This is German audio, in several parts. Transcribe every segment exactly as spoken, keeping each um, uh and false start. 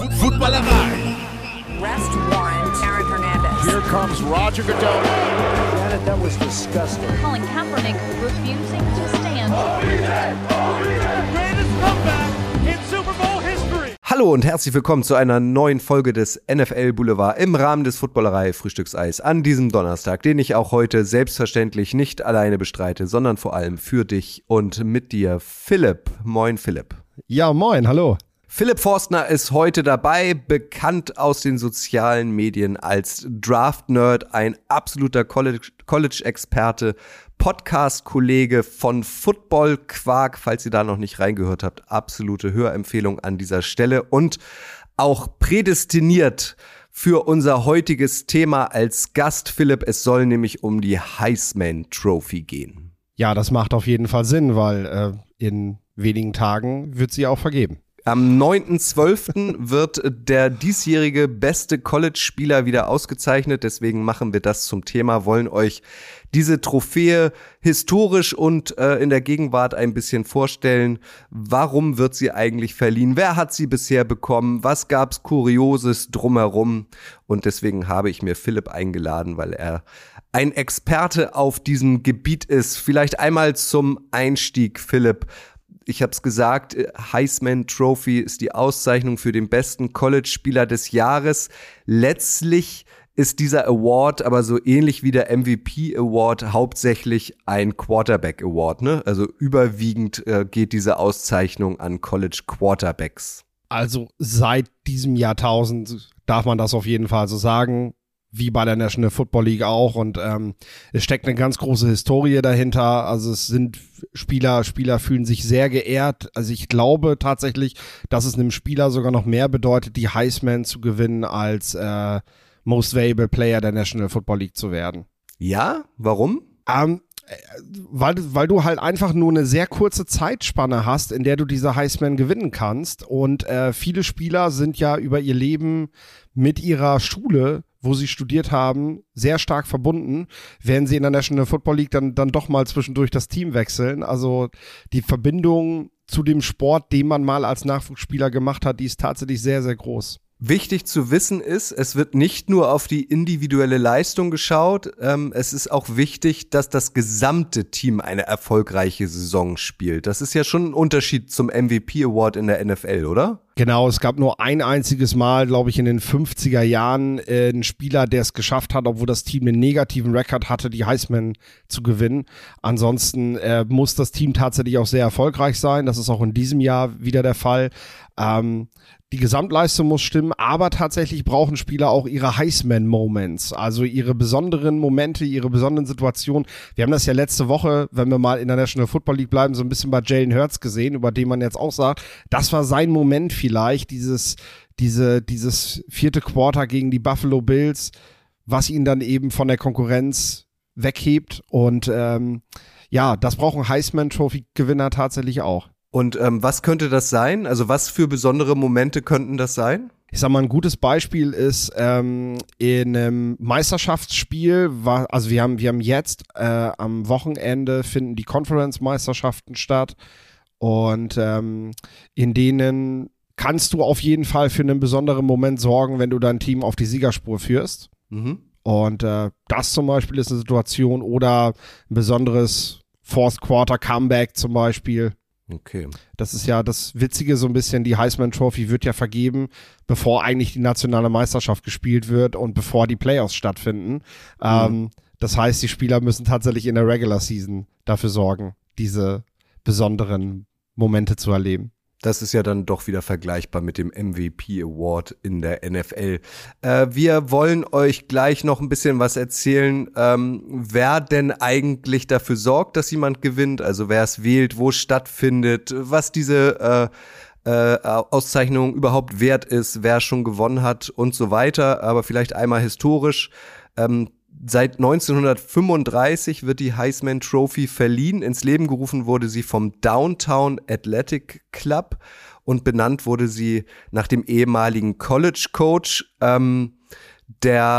Footballerei. Arrest warrant, Aaron Hernandez. Here comes Roger Goodell. Janet, that was disgusting. Colin Kaepernick refusing to stand. Greatest comeback in Super Bowl history. Hallo und herzlich willkommen zu einer neuen Folge des N F L Boulevard im Rahmen des Footballerei-Frühstückseis an diesem Donnerstag, den ich auch heute selbstverständlich nicht alleine bestreite, sondern vor allem für dich und mit dir, Philipp. Moin, Philipp. Ja, moin, hallo. Philipp Forstner ist heute dabei, bekannt aus den sozialen Medien als Draft-Nerd, ein absoluter College- College-Experte, Podcast-Kollege von Football Quark, falls ihr da noch nicht reingehört habt, absolute Hörempfehlung an dieser Stelle und auch prädestiniert für unser heutiges Thema als Gast, Philipp. Es soll nämlich um die Heisman Trophy gehen. Ja, das macht auf jeden Fall Sinn, weil äh, in wenigen Tagen wird sie auch vergeben. Am neunten zwölften wird der diesjährige beste College-Spieler wieder ausgezeichnet. Deswegen machen wir das zum Thema, wollen euch diese Trophäe historisch und äh, in der Gegenwart ein bisschen vorstellen. Warum wird sie eigentlich verliehen? Wer hat sie bisher bekommen? Was gab's Kurioses drumherum? Und deswegen habe ich mir Philipp eingeladen, weil er ein Experte auf diesem Gebiet ist. Vielleicht einmal zum Einstieg, Philipp. Ich habe es gesagt, Heisman Trophy ist die Auszeichnung für den besten College-Spieler des Jahres. Letztlich ist dieser Award aber so ähnlich wie der M V P Award hauptsächlich ein Quarterback Award, ne? Also überwiegend äh, geht diese Auszeichnung an College Quarterbacks. Also seit diesem Jahrtausend darf man das auf jeden Fall so sagen. Wie bei der National Football League auch, und ähm, es steckt eine ganz große Historie dahinter. Also es sind Spieler, Spieler fühlen sich sehr geehrt. Also ich glaube tatsächlich, dass es einem Spieler sogar noch mehr bedeutet, die Heisman zu gewinnen, als äh, Most Valuable Player der National Football League zu werden. Ja, warum? Ähm, weil, weil du halt einfach nur eine sehr kurze Zeitspanne hast, in der du diese Heisman gewinnen kannst, und äh, viele Spieler sind ja über ihr Leben mit ihrer Schule, wo sie studiert haben, sehr stark verbunden. Werden sie in der National Football League dann, dann doch mal zwischendurch das Team wechseln. Also die Verbindung zu dem Sport, den man mal als Nachwuchsspieler gemacht hat, die ist tatsächlich sehr, sehr groß. Wichtig zu wissen ist, es wird nicht nur auf die individuelle Leistung geschaut, ähm, es ist auch wichtig, dass das gesamte Team eine erfolgreiche Saison spielt. Das ist ja schon ein Unterschied zum M V P Award in der N F L, oder? Genau, es gab nur ein einziges Mal, glaube ich, in den fünfziger Jahren äh, einen Spieler, der es geschafft hat, obwohl das Team einen negativen Rekord hatte, die Heisman zu gewinnen. Ansonsten äh, muss das Team tatsächlich auch sehr erfolgreich sein. Das ist auch in diesem Jahr wieder der Fall. Ähm, Die Gesamtleistung muss stimmen, aber tatsächlich brauchen Spieler auch ihre Heisman-Moments, also ihre besonderen Momente, ihre besonderen Situationen. Wir haben das ja letzte Woche, wenn wir mal in der National Football League bleiben, so ein bisschen bei Jalen Hurts gesehen, über den man jetzt auch sagt, das war sein Moment vielleicht, dieses, diese, dieses vierte Quarter gegen die Buffalo Bills, was ihn dann eben von der Konkurrenz weghebt, und ähm, ja, das brauchen Heisman-Trophy-Gewinner tatsächlich auch. Und ähm, was könnte das sein? Also was für besondere Momente könnten das sein? Ich sag mal, ein gutes Beispiel ist ähm, in einem Meisterschaftsspiel, war, also wir haben, wir haben jetzt äh, am Wochenende finden die Conference-Meisterschaften statt, und ähm, in denen kannst du auf jeden Fall für einen besonderen Moment sorgen, wenn du dein Team auf die Siegerspur führst. Mhm. Und äh, das zum Beispiel ist eine Situation, oder ein besonderes Fourth Quarter Comeback zum Beispiel. Okay. Das ist ja das Witzige so ein bisschen, die Heisman Trophy wird ja vergeben, bevor eigentlich die nationale Meisterschaft gespielt wird und bevor die Playoffs stattfinden. Mhm. Ähm, das heißt, die Spieler müssen tatsächlich in der Regular Season dafür sorgen, diese besonderen Momente zu erleben. Das ist ja dann doch wieder vergleichbar mit dem M V P Award in der N F L. Äh, wir wollen euch gleich noch ein bisschen was erzählen, ähm, wer denn eigentlich dafür sorgt, dass jemand gewinnt, also wer es wählt, wo es stattfindet, was diese äh, äh, Auszeichnung überhaupt wert ist, wer schon gewonnen hat und so weiter. Aber vielleicht einmal historisch. Ähm, Seit neunzehnhundertfünfunddreißig wird die Heisman Trophy verliehen. Ins Leben gerufen wurde sie vom Downtown Athletic Club und benannt wurde sie nach dem ehemaligen College Coach. Ähm, der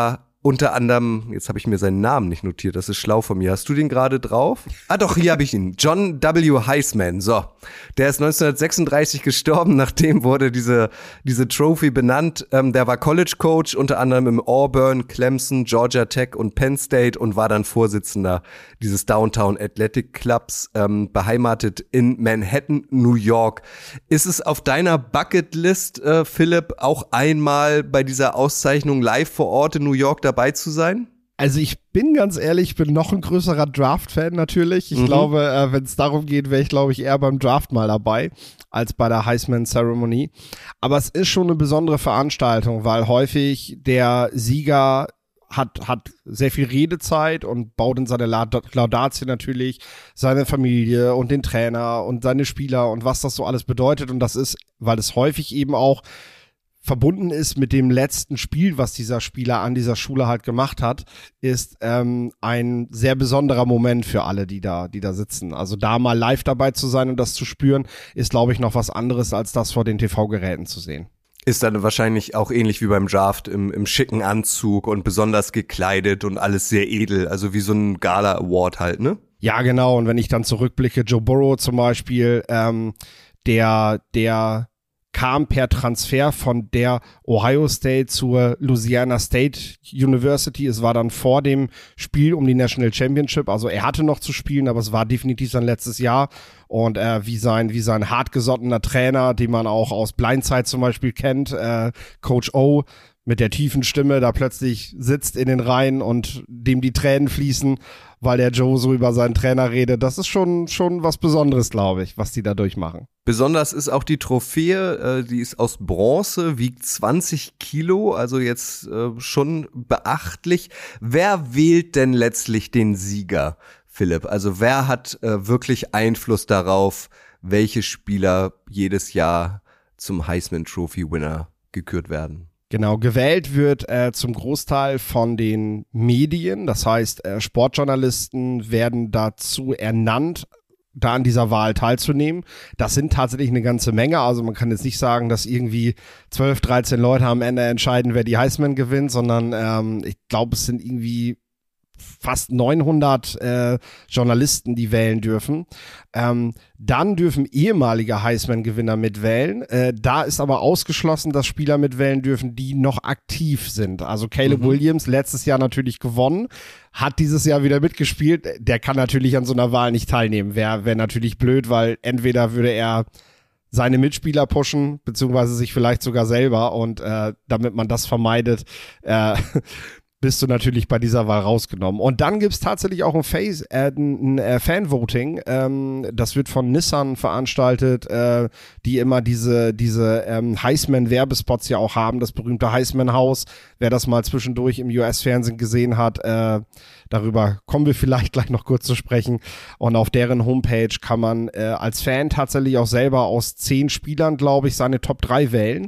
unter anderem, jetzt habe ich mir seinen Namen nicht notiert, das ist schlau von mir. Hast du den gerade drauf? Ah doch, hier habe ich ihn. John W. Heisman. So, der ist neunzehnhundertsechsunddreißig gestorben, nachdem wurde diese diese Trophy benannt. Ähm, der war College Coach, unter anderem im Auburn, Clemson, Georgia Tech und Penn State und war dann Vorsitzender dieses Downtown Athletic Clubs, ähm, beheimatet in Manhattan, New York. Ist es auf deiner Bucketlist, äh, Philipp, auch einmal bei dieser Auszeichnung live vor Ort in New York dabei zu sein? Also ich bin ganz ehrlich, ich bin noch ein größerer Draft-Fan natürlich. Ich mhm. glaube, äh, wenn es darum geht, wäre ich, glaube ich, eher beim Draft mal dabei, als bei der Heisman-Ceremony. Aber es ist schon eine besondere Veranstaltung, weil häufig der Sieger hat hat sehr viel Redezeit und baut in seine Laudatio natürlich seine Familie und den Trainer und seine Spieler und was das so alles bedeutet. Und das ist, weil es häufig eben auch verbunden ist mit dem letzten Spiel, was dieser Spieler an dieser Schule halt gemacht hat, ist ähm, ein sehr besonderer Moment für alle, die da, die da sitzen. Also da mal live dabei zu sein und das zu spüren, ist, glaube ich, noch was anderes, als das vor den T V-Geräten zu sehen. Ist dann wahrscheinlich auch ähnlich wie beim Draft im, im schicken Anzug und besonders gekleidet und alles sehr edel, also wie so ein Gala-Award halt, ne? Ja, genau. Und wenn ich dann zurückblicke, Joe Burrow zum Beispiel, ähm, der, der kam per Transfer von der Ohio State zur Louisiana State University. Es war dann vor dem Spiel um die National Championship. Also er hatte noch zu spielen, aber es war definitiv sein letztes Jahr. Und äh, wie sein wie sein hartgesottener Trainer, den man auch aus Blindside zum Beispiel kennt, äh, Coach O, mit der tiefen Stimme da plötzlich sitzt in den Reihen und dem die Tränen fließen, weil der Joe so über seinen Trainer redet. Das ist schon schon was Besonderes, glaube ich, was die da durchmachen. Besonders ist auch die Trophäe, äh, die ist aus Bronze, wiegt zwanzig Kilo, also jetzt äh, schon beachtlich. Wer wählt denn letztlich den Sieger, Philipp? Also wer hat äh, wirklich Einfluss darauf, welche Spieler jedes Jahr zum Heisman Trophy Winner gekürt werden? Genau, gewählt wird äh, zum Großteil von den Medien, das heißt äh, Sportjournalisten werden dazu ernannt, da an dieser Wahl teilzunehmen. Das sind tatsächlich eine ganze Menge, also man kann jetzt nicht sagen, dass irgendwie zwölf, dreizehn Leute am Ende entscheiden, wer die Heisman gewinnt, sondern ähm, ich glaube, es sind irgendwie fast neunhundert äh, Journalisten, die wählen dürfen. Ähm, dann dürfen ehemalige Heisman-Gewinner mitwählen. Äh, da ist aber ausgeschlossen, dass Spieler mitwählen dürfen, die noch aktiv sind. Also Caleb mhm. Williams, letztes Jahr natürlich gewonnen, hat dieses Jahr wieder mitgespielt. Der kann natürlich an so einer Wahl nicht teilnehmen. Wäre wär natürlich blöd, weil entweder würde er seine Mitspieler pushen, beziehungsweise sich vielleicht sogar selber. Und äh, damit man das vermeidet, äh, bist du natürlich bei dieser Wahl rausgenommen. Und dann gibt's tatsächlich auch ein, Face, äh, ein äh, Fan-Voting. Ähm, das wird von Nissan veranstaltet, äh, die immer diese diese ähm, Heisman-Werbespots ja auch haben, das berühmte Heisman-Haus. Wer das mal zwischendurch im U S-Fernsehen gesehen hat, äh, darüber kommen wir vielleicht gleich noch kurz zu sprechen. Und auf deren Homepage kann man äh, als Fan tatsächlich auch selber aus zehn Spielern, glaube ich, seine Top drei wählen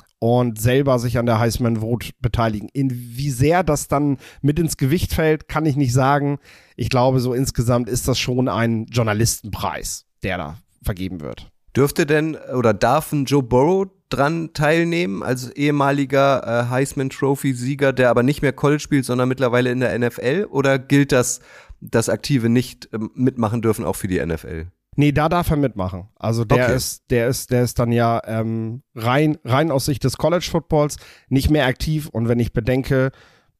und selber sich an der Heisman Vote beteiligen. In wie sehr das dann mit ins Gewicht fällt, kann ich nicht sagen. Ich glaube, so insgesamt ist das schon ein Journalistenpreis, der da vergeben wird. Dürfte denn oder darf ein Joe Burrow dran teilnehmen als ehemaliger äh, Heisman Trophy Sieger, der aber nicht mehr College spielt, sondern mittlerweile in der N F L? Oder gilt das, dass Aktive nicht ähm, mitmachen dürfen, auch für die N F L? Nee, da darf er mitmachen. Also der Okay. ist, der ist, der ist dann ja ähm, rein, rein aus Sicht des College Footballs nicht mehr aktiv. Und wenn ich bedenke,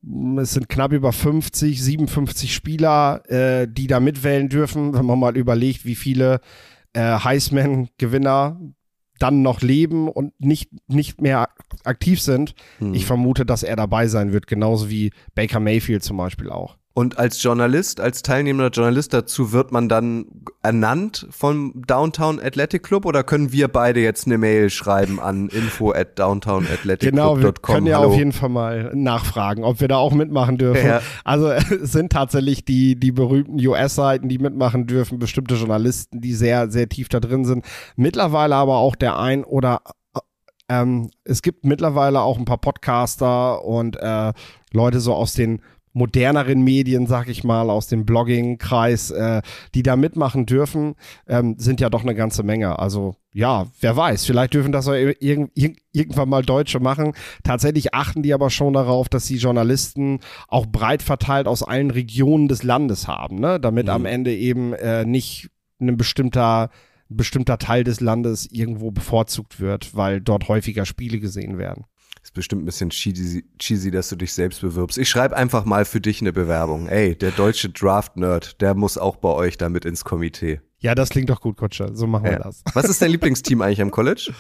es sind knapp über fünfzig, siebenundfünfzig Spieler, äh, die da mitwählen dürfen, wenn man mal überlegt, wie viele äh, Heisman-Gewinner dann noch leben und nicht, nicht mehr aktiv sind. Hm. Ich vermute, dass er dabei sein wird, genauso wie Baker Mayfield zum Beispiel auch. Und als Journalist, als teilnehmender Journalist dazu wird man dann ernannt vom Downtown Athletic Club oder können wir beide jetzt eine Mail schreiben an info at downtown athletic club dot com? Genau, wir können ja Hallo. auf jeden Fall mal nachfragen, ob wir da auch mitmachen dürfen. Ja. Also es sind tatsächlich die, die berühmten U S-Seiten, die mitmachen dürfen, bestimmte Journalisten, die sehr, sehr tief da drin sind. Mittlerweile aber auch der ein oder ähm, es gibt mittlerweile auch ein paar Podcaster und äh, Leute so aus den moderneren Medien, sag ich mal, aus dem Blogging-Kreis, äh, die da mitmachen dürfen, ähm, sind ja doch eine ganze Menge. Also ja, wer weiß, vielleicht dürfen das auch irg- irg- irgendwann mal Deutsche machen. Tatsächlich achten die aber schon darauf, dass sie Journalisten auch breit verteilt aus allen Regionen des Landes haben, ne? Damit mhm. am Ende eben äh, nicht ein bestimmter bestimmter Teil des Landes irgendwo bevorzugt wird, weil dort häufiger Spiele gesehen werden. Ist bestimmt ein bisschen cheesy, cheesy, dass du dich selbst bewirbst. Ich schreibe einfach mal für dich eine Bewerbung. Ey, der deutsche Draft-Nerd, der muss auch bei euch damit ins Komitee. Ja, das klingt doch gut, Kutscher. So machen wir ja. das. Was ist dein Lieblingsteam eigentlich am College?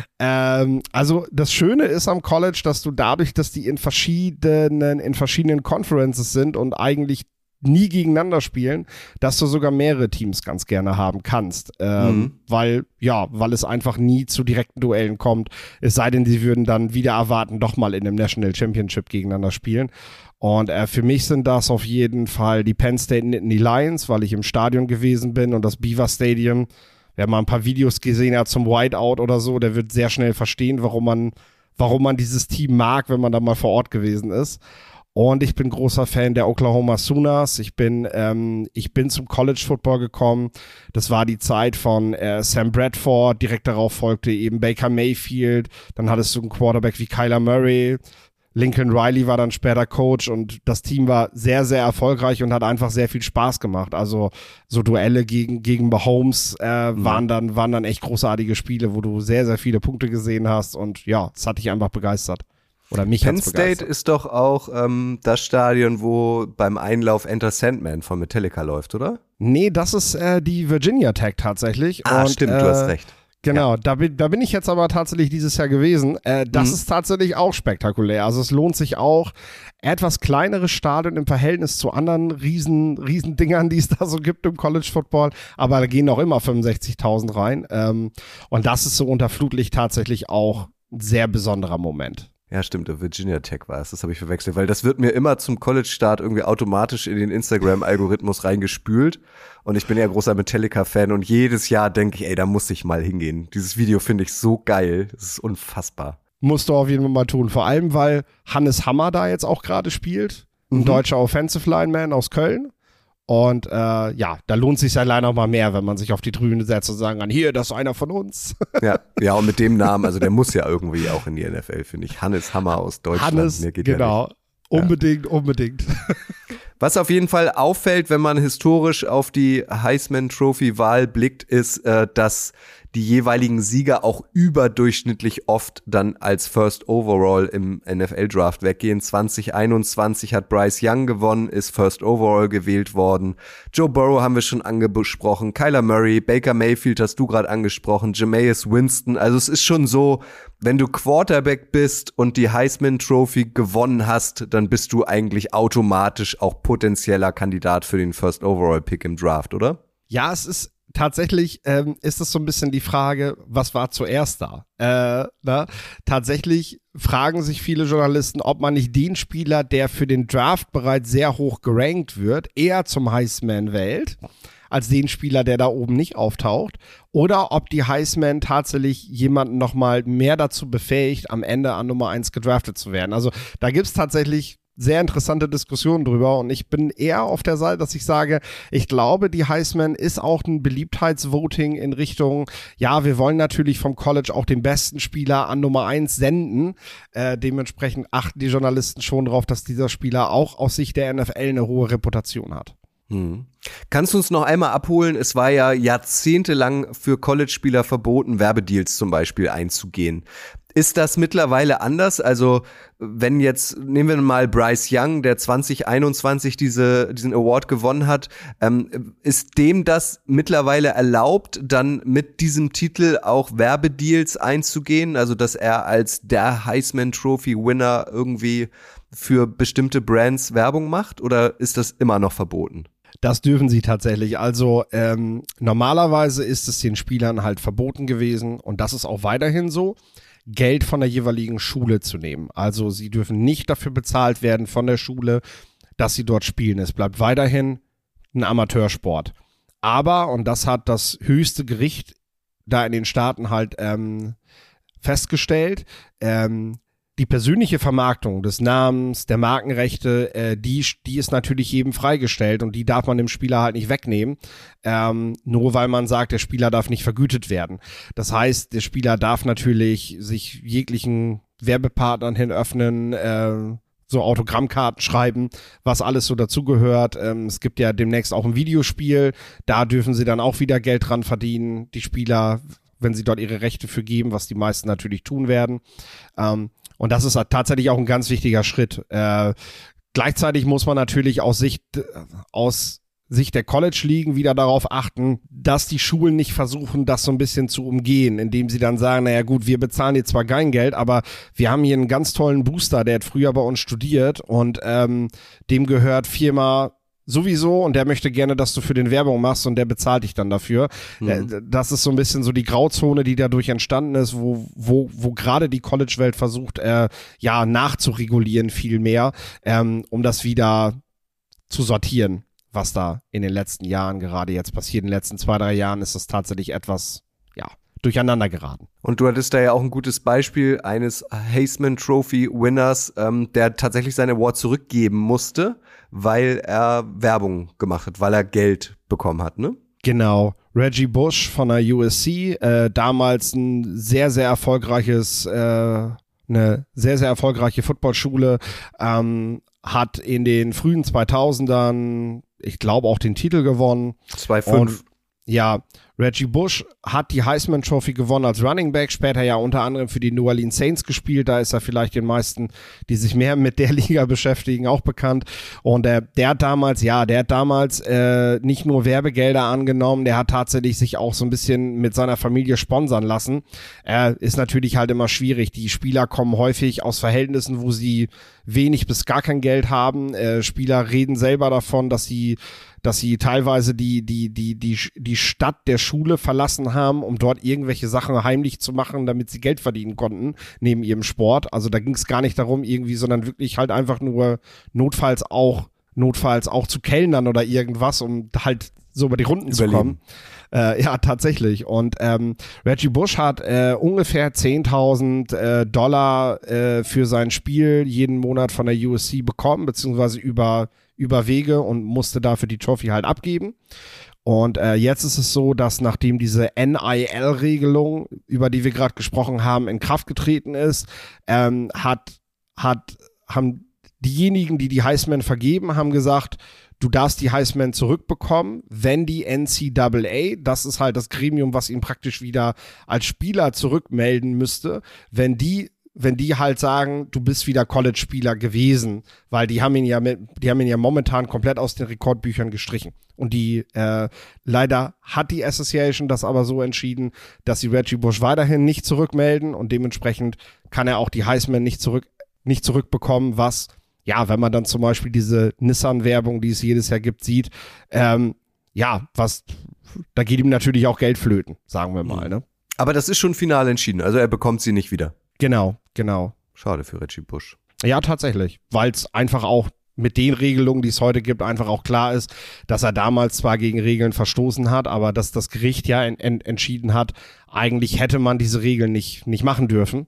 ähm, also das Schöne ist am College, dass du dadurch, dass die in verschiedenen, in verschiedenen Conferences sind und eigentlich nie gegeneinander spielen, dass du sogar mehrere Teams ganz gerne haben kannst. Ähm, mhm. Weil, ja, weil es einfach nie zu direkten Duellen kommt. Es sei denn, sie würden dann wieder erwarten, doch mal in einem National Championship gegeneinander spielen. Und äh, für mich sind das auf jeden Fall die Penn State Nittany Lions, weil ich im Stadion gewesen bin und das Beaver Stadium. Wer mal ein paar Videos gesehen hat zum Whiteout oder so, der wird sehr schnell verstehen, warum man, warum man dieses Team mag, wenn man da mal vor Ort gewesen ist. Und ich bin großer Fan der Oklahoma Sooners. Ich bin, ähm, ich bin zum College Football gekommen. Das war die Zeit von äh, Sam Bradford. Direkt darauf folgte eben Baker Mayfield. Dann hattest du einen Quarterback wie Kyler Murray. Lincoln Riley war dann später Coach und das Team war sehr, sehr erfolgreich und hat einfach sehr viel Spaß gemacht. Also so Duelle gegen, gegen Mahomes äh, mhm. waren dann, waren dann echt großartige Spiele, wo du sehr, sehr viele Punkte gesehen hast und ja, das hat dich einfach begeistert. Oder mich Penn State ist doch auch ähm, das Stadion, wo beim Einlauf Enter Sandman von Metallica läuft, oder? Nee, das ist äh, die Virginia Tech tatsächlich. Ah, und, stimmt, äh, du hast recht. Genau, ja. da, bin, da bin ich jetzt aber tatsächlich dieses Jahr gewesen. Äh, das mhm. ist tatsächlich auch spektakulär. Also es lohnt sich auch, etwas kleineres Stadion im Verhältnis zu anderen riesen, riesen Dingern, die es da so gibt im College Football. Aber da gehen auch immer fünfundsechzigtausend rein. Ähm, und das ist so unter Flutlicht tatsächlich auch ein sehr besonderer Moment. Ja, stimmt, der Virginia Tech war es, das habe ich verwechselt, weil das wird mir immer zum College-Start irgendwie automatisch in den Instagram-Algorithmus reingespült und ich bin ja großer Metallica-Fan und jedes Jahr denke ich, ey, da muss ich mal hingehen. Dieses Video finde ich so geil, das ist unfassbar. Musst du auf jeden Fall mal tun, vor allem, weil Hannes Hammer da jetzt auch gerade spielt, ein mhm. deutscher Offensive Lineman aus Köln. Und äh, ja, da lohnt es sich ja leider noch mal mehr, wenn man sich auf die Tribüne setzt und sagen kann, hier, das ist einer von uns. Ja, ja, und mit dem Namen, also der muss ja irgendwie auch in die N F L, finde ich. Hannes Hammer aus Deutschland. Hannes, Mir geht genau. Ja nicht. Unbedingt, ja. unbedingt. Was auf jeden Fall auffällt, wenn man historisch auf die Heisman-Trophy-Wahl blickt, ist, äh, dass die jeweiligen Sieger auch überdurchschnittlich oft dann als First Overall im N F L-Draft weggehen. zwanzig einundzwanzig hat Bryce Young gewonnen, ist First Overall gewählt worden. Joe Burrow haben wir schon angesprochen, Kyler Murray, Baker Mayfield hast du gerade angesprochen, Jameis Winston. Also es ist schon so, wenn du Quarterback bist und die Heisman-Trophy gewonnen hast, dann bist du eigentlich automatisch auch potenzieller Kandidat für den First Overall-Pick im Draft, oder? Ja, es ist tatsächlich ähm, ist es so ein bisschen die Frage, was war zuerst da? Äh, na, tatsächlich fragen sich viele Journalisten, ob man nicht den Spieler, der für den Draft bereits sehr hoch gerankt wird, eher zum Heisman wählt, als den Spieler, der da oben nicht auftaucht, oder ob die Heisman tatsächlich jemanden nochmal mehr dazu befähigt, am Ende an Nummer eins gedraftet zu werden. Also da gibt's tatsächlich sehr interessante Diskussionen drüber und ich bin eher auf der Seite, dass ich sage, ich glaube, die Heisman ist auch ein Beliebtheitsvoting in Richtung, ja, wir wollen natürlich vom College auch den besten Spieler an Nummer eins senden. Äh, dementsprechend achten die Journalisten schon darauf, dass dieser Spieler auch aus Sicht der N F L eine hohe Reputation hat. Hm. Kannst du uns noch einmal abholen? Es war ja jahrzehntelang für College-Spieler verboten, Werbedeals zum Beispiel einzugehen. Ist das mittlerweile anders? Also wenn jetzt, nehmen wir mal Bryce Young, der zwanzig einundzwanzig diese, diesen Award gewonnen hat, ähm, ist dem das mittlerweile erlaubt, dann mit diesem Titel auch Werbedeals einzugehen? Also dass er als der Heisman-Trophy-Winner irgendwie für bestimmte Brands Werbung macht? Oder ist das immer noch verboten? Das dürfen sie tatsächlich. Also ähm, normalerweise ist es den Spielern halt verboten gewesen und das ist auch weiterhin so, Geld von der jeweiligen Schule zu nehmen. Also sie dürfen nicht dafür bezahlt werden von der Schule, dass sie dort spielen. Es bleibt weiterhin ein Amateursport. Aber, und das hat das höchste Gericht da in den Staaten halt ähm, festgestellt, ähm, die persönliche Vermarktung des Namens, der Markenrechte, äh, die, die ist natürlich jedem freigestellt und die darf man dem Spieler halt nicht wegnehmen, ähm, nur weil man sagt, der Spieler darf nicht vergütet werden. Das heißt, der Spieler darf natürlich sich jeglichen Werbepartnern hin öffnen, äh, so Autogrammkarten schreiben, was alles so dazugehört. Ähm, es gibt ja demnächst auch ein Videospiel, da dürfen sie dann auch wieder Geld dran verdienen, die Spieler, wenn sie dort ihre Rechte für geben, was die meisten natürlich tun werden. Ähm, und das ist tatsächlich auch ein ganz wichtiger Schritt. Äh, gleichzeitig muss man natürlich aus Sicht, aus Sicht der College-Ligen wieder darauf achten, dass die Schulen nicht versuchen, das so ein bisschen zu umgehen, indem sie dann sagen, naja gut, wir bezahlen jetzt zwar kein Geld, aber wir haben hier einen ganz tollen Booster, der hat früher bei uns studiert und ähm, dem gehört Firma sowieso und der möchte gerne, dass du für den Werbung machst und der bezahlt dich dann dafür. Mhm. Das ist so ein bisschen so die Grauzone, die dadurch entstanden ist, wo wo wo gerade die College-Welt versucht, äh, ja nachzuregulieren viel mehr, ähm, um das wieder zu sortieren. Was da in den letzten Jahren gerade jetzt passiert. In den letzten zwei, drei Jahren ist das tatsächlich etwas, ja, durcheinander geraten. Und du hattest da ja auch ein gutes Beispiel eines Heisman Trophy Winners, ähm, der tatsächlich seinen Award zurückgeben musste, weil er Werbung gemacht hat, weil er Geld bekommen hat, ne? Genau. Reggie Bush von der U S C, äh, damals ein sehr, sehr erfolgreiches, äh, eine sehr, sehr erfolgreiche Footballschule, ähm, hat in den frühen zweitausendern, ich glaube, auch den Titel gewonnen. zwei fünf. Ja, Reggie Bush hat die Heisman Trophy gewonnen als Running Back, später ja unter anderem für die New Orleans Saints gespielt, da ist er vielleicht den meisten, die sich mehr mit der Liga beschäftigen, auch bekannt. Und äh, der hat damals, ja, der hat damals äh, nicht nur Werbegelder angenommen, der hat tatsächlich sich auch so ein bisschen mit seiner Familie sponsern lassen. Äh, ist natürlich halt immer schwierig, die Spieler kommen häufig aus Verhältnissen, wo sie wenig bis gar kein Geld haben. Äh, Spieler reden selber davon, dass sie dass sie teilweise die, die, die, die, die Stadt der Schule verlassen haben, um dort irgendwelche Sachen heimlich zu machen, damit sie Geld verdienen konnten, neben ihrem Sport. Also da ging es gar nicht darum irgendwie, sondern wirklich halt einfach nur notfalls auch, notfalls auch zu kellnern oder irgendwas, um halt so über die Runden Überleben. zu kommen. Äh, ja, tatsächlich. Und ähm, Reggie Bush hat äh, ungefähr zehntausend äh, Dollar äh, für sein Spiel jeden Monat von der U S C bekommen, beziehungsweise über über Wege und musste dafür die Trophy halt abgeben. Und äh, jetzt ist es so, dass nachdem diese N I L-Regelung, über die wir gerade gesprochen haben, in Kraft getreten ist, ähm, hat, hat, haben diejenigen, die die Heisman vergeben, haben gesagt, du darfst die Heisman zurückbekommen, wenn die N C A A, das ist halt das Gremium, was ihn praktisch wieder als Spieler zurückmelden müsste, wenn die wenn die halt sagen, du bist wieder College-Spieler gewesen, weil die haben ihn ja mit, die haben ihn ja momentan komplett aus den Rekordbüchern gestrichen. Und die, äh, leider hat die Association das aber so entschieden, dass sie Reggie Bush weiterhin nicht zurückmelden und dementsprechend kann er auch die Heisman nicht zurück, nicht zurückbekommen, was, ja, wenn man dann zum Beispiel diese Nissan-Werbung, die es jedes Jahr gibt, sieht, ähm, ja, was, da geht ihm natürlich auch Geld flöten, sagen wir mal, ne? Aber das ist schon final entschieden, also er bekommt sie nicht wieder. Genau, genau. Schade für Reggie Bush. Ja, tatsächlich, weil es einfach auch mit den Regelungen, die es heute gibt, einfach auch klar ist, dass er damals zwar gegen Regeln verstoßen hat, aber dass das Gericht ja en- en- entschieden hat, eigentlich hätte man diese Regeln nicht, nicht machen dürfen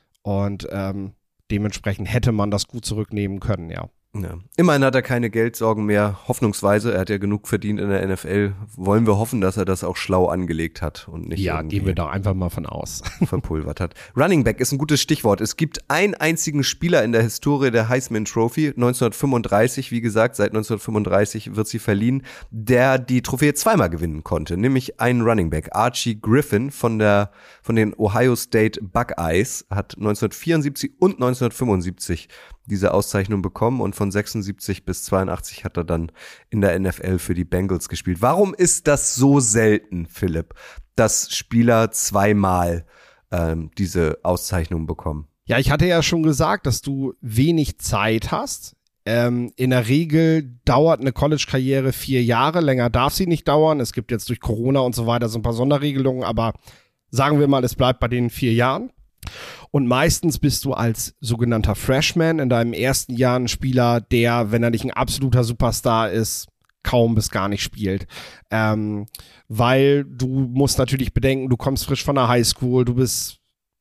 und ähm, dementsprechend hätte man das gut zurücknehmen können, ja. Ja. Immerhin hat er keine Geldsorgen mehr, hoffnungsweise. Er hat ja genug verdient in der N F L. Wollen wir hoffen, dass er das auch schlau angelegt hat und nicht ja, gehen wir da einfach mal von aus. verpulvert hat. Running Back ist ein gutes Stichwort. Es gibt einen einzigen Spieler in der Historie der Heisman Trophy, neunzehnhundertfünfunddreißig, wie gesagt, seit neunzehnhundertfünfunddreißig wird sie verliehen, der die Trophäe zweimal gewinnen konnte, nämlich einen Running Back. Archie Griffin von der von den Ohio State Buckeyes hat neunzehnhundertvierundsiebzig und neunzehnhundertfünfundsiebzig diese Auszeichnung bekommen und von sechsundsiebzig bis zweiundachtzig hat er dann in der N F L für die Bengals gespielt. Warum ist das so selten, Philipp, dass Spieler zweimal ähm, diese Auszeichnung bekommen? Ja, ich hatte ja schon gesagt, dass du wenig Zeit hast. Ähm, in der Regel dauert eine College-Karriere vier Jahre, länger darf sie nicht dauern. Es gibt jetzt durch Corona und so weiter so ein paar Sonderregelungen, aber sagen wir mal, es bleibt bei den vier Jahren. Und meistens bist du als sogenannter Freshman in deinem ersten Jahr ein Spieler, der, wenn er nicht ein absoluter Superstar ist, kaum bis gar nicht spielt. Ähm, weil du musst natürlich bedenken, du kommst frisch von der Highschool, du bist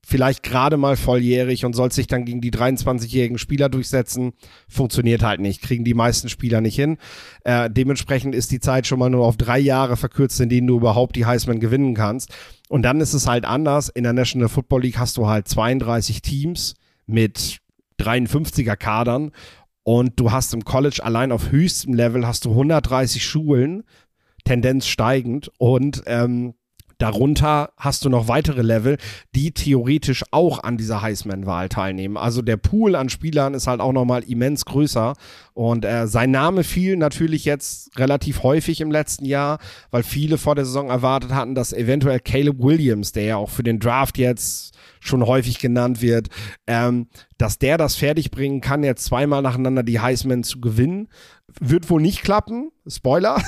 vielleicht gerade mal volljährig und soll sich dann gegen die dreiundzwanzigjährigen Spieler durchsetzen. Funktioniert halt nicht, kriegen die meisten Spieler nicht hin. Äh, dementsprechend ist die Zeit schon mal nur auf drei Jahre verkürzt, in denen du überhaupt die Heisman gewinnen kannst. Und dann ist es halt anders. In der National Football League hast du halt zweiunddreißig Teams mit dreiundfünfziger Kadern und du hast im College allein auf höchstem Level hast du hundertdreißig Schulen, Tendenz steigend, und ähm, darunter hast du noch weitere Level, die theoretisch auch an dieser Heisman-Wahl teilnehmen. Also der Pool an Spielern ist halt auch nochmal immens größer. Und äh, sein Name fiel natürlich jetzt relativ häufig im letzten Jahr, weil viele vor der Saison erwartet hatten, dass eventuell Caleb Williams, der ja auch für den Draft jetzt schon häufig genannt wird, ähm, dass der das fertigbringen kann, jetzt zweimal nacheinander die Heisman zu gewinnen. Wird wohl nicht klappen. Spoiler.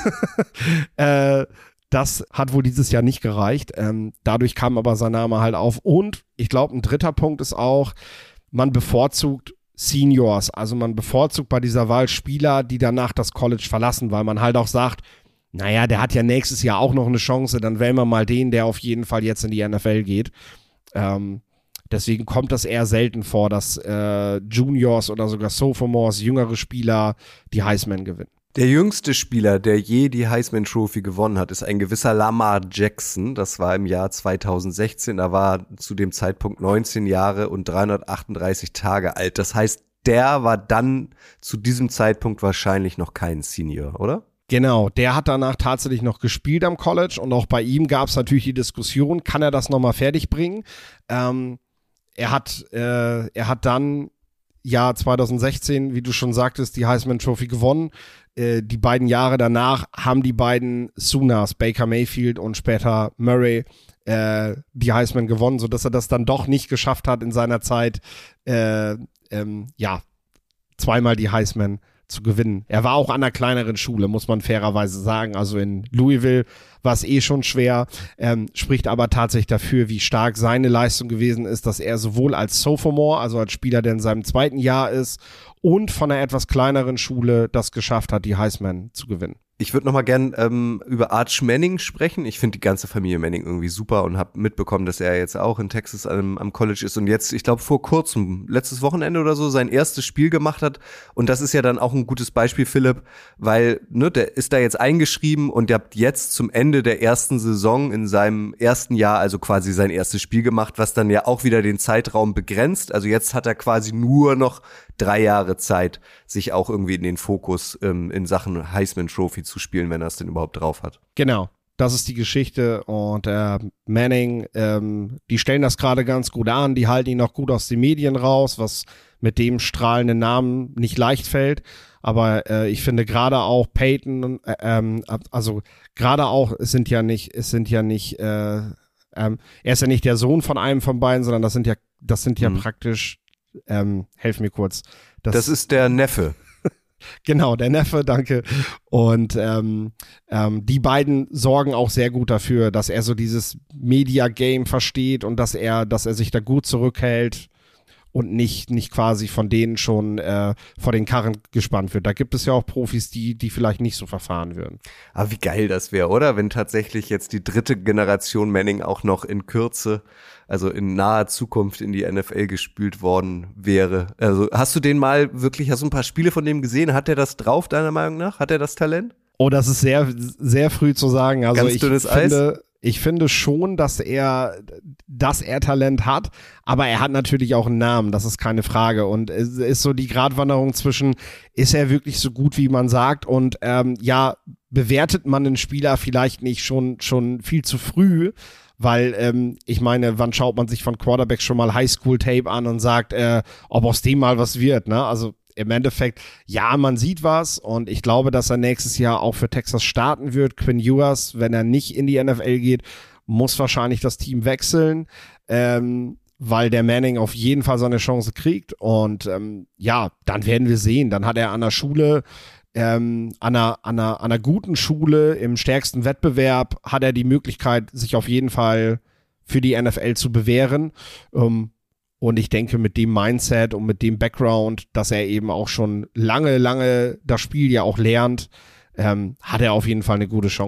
äh, Das hat wohl dieses Jahr nicht gereicht. Ähm, dadurch kam aber sein Name halt auf. Und ich glaube, ein dritter Punkt ist auch, man bevorzugt Seniors. Also man bevorzugt bei dieser Wahl Spieler, die danach das College verlassen, weil man halt auch sagt, naja, der hat ja nächstes Jahr auch noch eine Chance, dann wählen wir mal den, der auf jeden Fall jetzt in die N F L geht. Ähm, deswegen kommt das eher selten vor, dass äh, Juniors oder sogar Sophomores, jüngere Spieler, die Heisman gewinnen. Der jüngste Spieler, der je die Heisman Trophy gewonnen hat, ist ein gewisser Lamar Jackson. Das war im Jahr zweitausendsechzehn. Er war zu dem Zeitpunkt neunzehn Jahre und dreihundertachtunddreißig Tage alt. Das heißt, der war dann zu diesem Zeitpunkt wahrscheinlich noch kein Senior, oder? Genau, der hat danach tatsächlich noch gespielt am College und auch bei ihm gab es natürlich die Diskussion, kann er das nochmal fertig bringen? Ähm, er hat, äh, er hat dann Jahr zweitausendsechzehn, wie du schon sagtest, die Heisman Trophy gewonnen. Äh, die beiden Jahre danach haben die beiden Sooners, Baker Mayfield und später Murray, äh, die Heisman gewonnen, sodass er das dann doch nicht geschafft hat in seiner Zeit, äh, ähm, ja, zweimal die Heisman zu gewinnen. Er war auch an einer kleineren Schule, muss man fairerweise sagen. Also in Louisville war es eh schon schwer, ähm, spricht aber tatsächlich dafür, wie stark seine Leistung gewesen ist, dass er sowohl als Sophomore, also als Spieler, der in seinem zweiten Jahr ist, und von einer etwas kleineren Schule das geschafft hat, die Heisman zu gewinnen. Ich würde noch mal gern ähm, über Arch Manning sprechen. Ich finde die ganze Familie Manning irgendwie super und habe mitbekommen, dass er jetzt auch in Texas am, am College ist und jetzt, ich glaube vor kurzem, letztes Wochenende oder so, sein erstes Spiel gemacht hat. Und das ist ja dann auch ein gutes Beispiel, Philipp, weil ne, der ist da jetzt eingeschrieben und der hat jetzt zum Ende der ersten Saison in seinem ersten Jahr, also quasi sein erstes Spiel gemacht, was dann ja auch wieder den Zeitraum begrenzt. Also jetzt hat er quasi nur noch drei Jahre Zeit, sich auch irgendwie in den Fokus ähm, in Sachen Heisman Trophy zu spielen, wenn er es denn überhaupt drauf hat. Genau, das ist die Geschichte und äh, Manning, ähm, die stellen das gerade ganz gut an, die halten ihn auch gut aus den Medien raus, was mit dem strahlenden Namen nicht leicht fällt, aber äh, ich finde gerade auch Peyton, äh, ähm, also gerade auch, es sind ja nicht, es sind ja nicht, äh, ähm, er ist ja nicht der Sohn von einem von beiden, sondern das sind ja, das sind ja mhm. praktisch Ähm, helf mir kurz. Das, das ist der Neffe. Genau, der Neffe, danke. Und ähm, ähm, die beiden sorgen auch sehr gut dafür, dass er so dieses Media-Game versteht und dass er, dass er sich da gut zurückhält und nicht, nicht quasi von denen schon äh, vor den Karren gespannt wird. Da gibt es ja auch Profis, die, die vielleicht nicht so verfahren würden. Aber wie geil das wäre, oder? Wenn tatsächlich jetzt die dritte Generation Manning auch noch in Kürze, also in naher Zukunft in die N F L gespült worden wäre. Also hast du den mal wirklich, hast du ein paar Spiele von dem gesehen? Hat er das drauf, deiner Meinung nach? Hat er das Talent? Oh, das ist sehr, sehr früh zu sagen. Also Ganz ich dünnes finde, Eis? Ich finde schon, dass er, dass er Talent hat, aber er hat natürlich auch einen Namen, das ist keine Frage. Und es ist so die Gratwanderung zwischen, ist er wirklich so gut, wie man sagt? Und ähm, ja, bewertet man den Spieler vielleicht nicht schon, schon viel zu früh? Weil, ähm, ich meine, wann schaut man sich von Quarterbacks schon mal Highschool-Tape an und sagt, äh, ob aus dem mal was wird, ne? Also im Endeffekt, ja, man sieht was und ich glaube, dass er nächstes Jahr auch für Texas starten wird. Quinn Ewers, wenn er nicht in die N F L geht, muss wahrscheinlich das Team wechseln, ähm, weil der Manning auf jeden Fall seine Chance kriegt und ähm, ja, dann werden wir sehen. Dann hat er an der Schule Ähm, an, einer, an, einer, an einer guten Schule im stärksten Wettbewerb hat er die Möglichkeit, sich auf jeden Fall für die N F L zu bewähren. Ähm, und ich denke, mit dem Mindset und mit dem Background, dass er eben auch schon lange, lange das Spiel ja auch lernt, ähm, hat er auf jeden Fall eine gute Chance.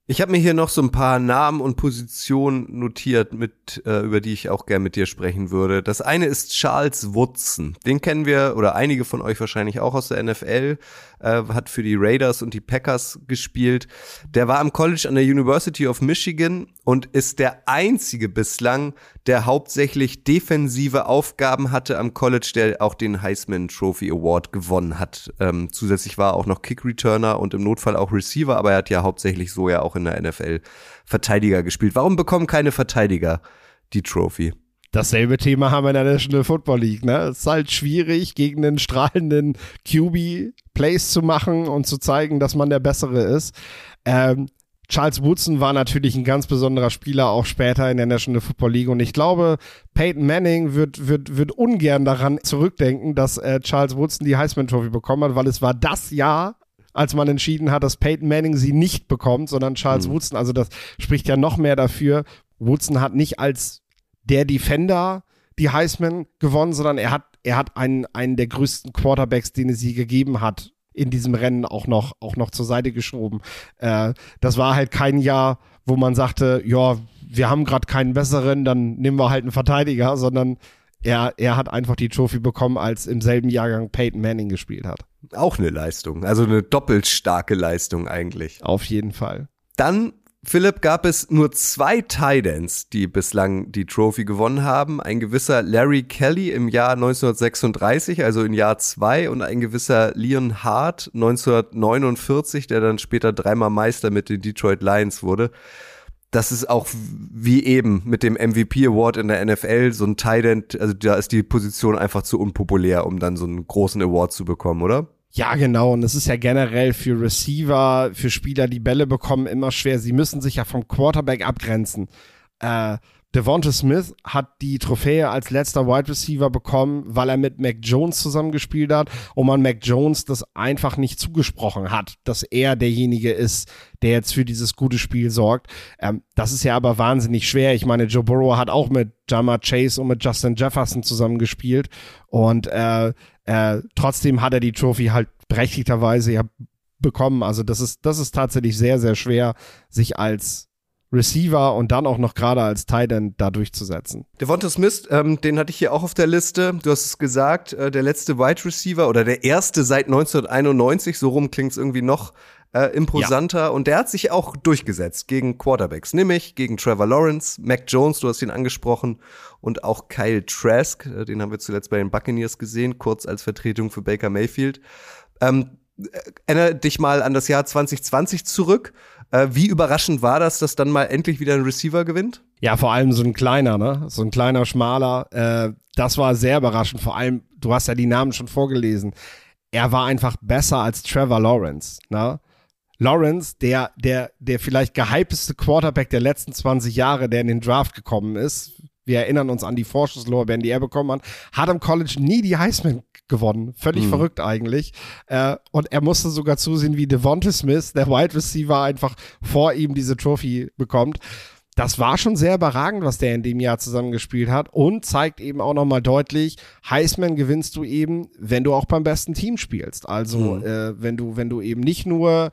Ich habe mir hier noch so ein paar Namen und Positionen notiert, mit äh, über die ich auch gern mit dir sprechen würde. Das eine ist Charles Woodson. Den kennen wir, oder einige von euch wahrscheinlich auch aus der N F L, äh, hat für die Raiders und die Packers gespielt. Der war am College an der University of Michigan und ist der einzige bislang, der hauptsächlich defensive Aufgaben hatte am College, der auch den Heisman Trophy Award gewonnen hat. Ähm, zusätzlich war er auch noch Kick-Returner und im Notfall auch Receiver, aber er hat ja hauptsächlich so ja auch in der N F L Verteidiger gespielt. Warum bekommen keine Verteidiger die Trophy? Dasselbe Thema haben wir in der National Football League. Ne? Es ist halt schwierig, gegen einen strahlenden Q B Plays zu machen und zu zeigen, dass man der Bessere ist. Ähm, Charles Woodson war natürlich ein ganz besonderer Spieler, auch später in der National Football League. Und ich glaube, Peyton Manning wird, wird, wird ungern daran zurückdenken, dass äh, Charles Woodson die Heisman Trophy bekommen hat, weil es war das Jahr, als man entschieden hat, dass Peyton Manning sie nicht bekommt, sondern Charles mhm. Woodson. Also das spricht ja noch mehr dafür. Woodson hat nicht als der Defender die Heisman gewonnen, sondern er hat, er hat einen, einen der größten Quarterbacks, den es je gegeben hat, in diesem Rennen auch noch, auch noch zur Seite geschoben. Äh, das war halt kein Jahr, wo man sagte, ja, wir haben gerade keinen besseren, dann nehmen wir halt einen Verteidiger, sondern er, er hat einfach die Trophy bekommen, als im selben Jahrgang Peyton Manning gespielt hat. Auch eine Leistung, also eine doppelt starke Leistung eigentlich. Auf jeden Fall. Dann, Philipp, gab es nur zwei Tight Ends, die bislang die Trophy gewonnen haben. Ein gewisser Larry Kelly im Jahr neunzehnhundertsechsunddreißig, also im Jahr zwei, und ein gewisser Leon Hart neunzehnhundertneunundvierzig, der dann später dreimal Meister mit den Detroit Lions wurde. Das ist auch wie eben mit dem M V P Award in der N F L, so ein Tight End, also da ist die Position einfach zu unpopulär, um dann so einen großen Award zu bekommen, oder? Ja, genau. Und es ist ja generell für Receiver, für Spieler, die Bälle bekommen, immer schwer. Sie müssen sich ja vom Quarterback abgrenzen. Äh, Devonta Smith hat die Trophäe als letzter Wide Receiver bekommen, weil er mit Mac Jones zusammengespielt hat und man Mac Jones das einfach nicht zugesprochen hat, dass er derjenige ist, der jetzt für dieses gute Spiel sorgt. Ähm, das ist ja aber wahnsinnig schwer. Ich meine, Joe Burrow hat auch mit Ja'Marr Chase und mit Justin Jefferson zusammengespielt und äh, äh, trotzdem hat er die Trophy halt berechtigterweise ja bekommen. Also das ist, das ist tatsächlich sehr, sehr schwer, sich als Receiver und dann auch noch gerade als Tight End da durchzusetzen. Devonta Smith, ähm, den hatte ich hier auch auf der Liste. Du hast es gesagt, äh, der letzte Wide Receiver oder der erste seit neunzehnhunderteinundneunzig, so rum klingt es irgendwie noch äh, imposanter. Ja. Und der hat sich auch durchgesetzt gegen Quarterbacks, nämlich gegen Trevor Lawrence, Mac Jones, du hast ihn angesprochen, und auch Kyle Trask, äh, den haben wir zuletzt bei den Buccaneers gesehen, kurz als Vertretung für Baker Mayfield. Ähm, erinnere dich mal an das Jahr zwanzig zwanzig zurück. Äh, wie überraschend war das, dass dann mal endlich wieder ein Receiver gewinnt? Ja, vor allem so ein kleiner, ne? So ein kleiner, schmaler. Äh, das war sehr überraschend. Vor allem, du hast ja die Namen schon vorgelesen. Er war einfach besser als Trevor Lawrence, ne? Lawrence, der, der, der vielleicht gehypteste Quarterback der letzten zwanzig Jahre, der in den Draft gekommen ist. Wir erinnern uns an die Vorschusslorbeeren, die er bekommen hat. Hat am College nie die Heisman gewonnen. Völlig mhm. verrückt eigentlich. Äh, und er musste sogar zusehen, wie Devonta Smith, der Wide Receiver, einfach vor ihm diese Trophy bekommt. Das war schon sehr überragend, was der in dem Jahr zusammengespielt hat und zeigt eben auch nochmal deutlich, Heisman gewinnst du eben, wenn du auch beim besten Team spielst. Also mhm. äh, wenn du wenn du eben nicht nur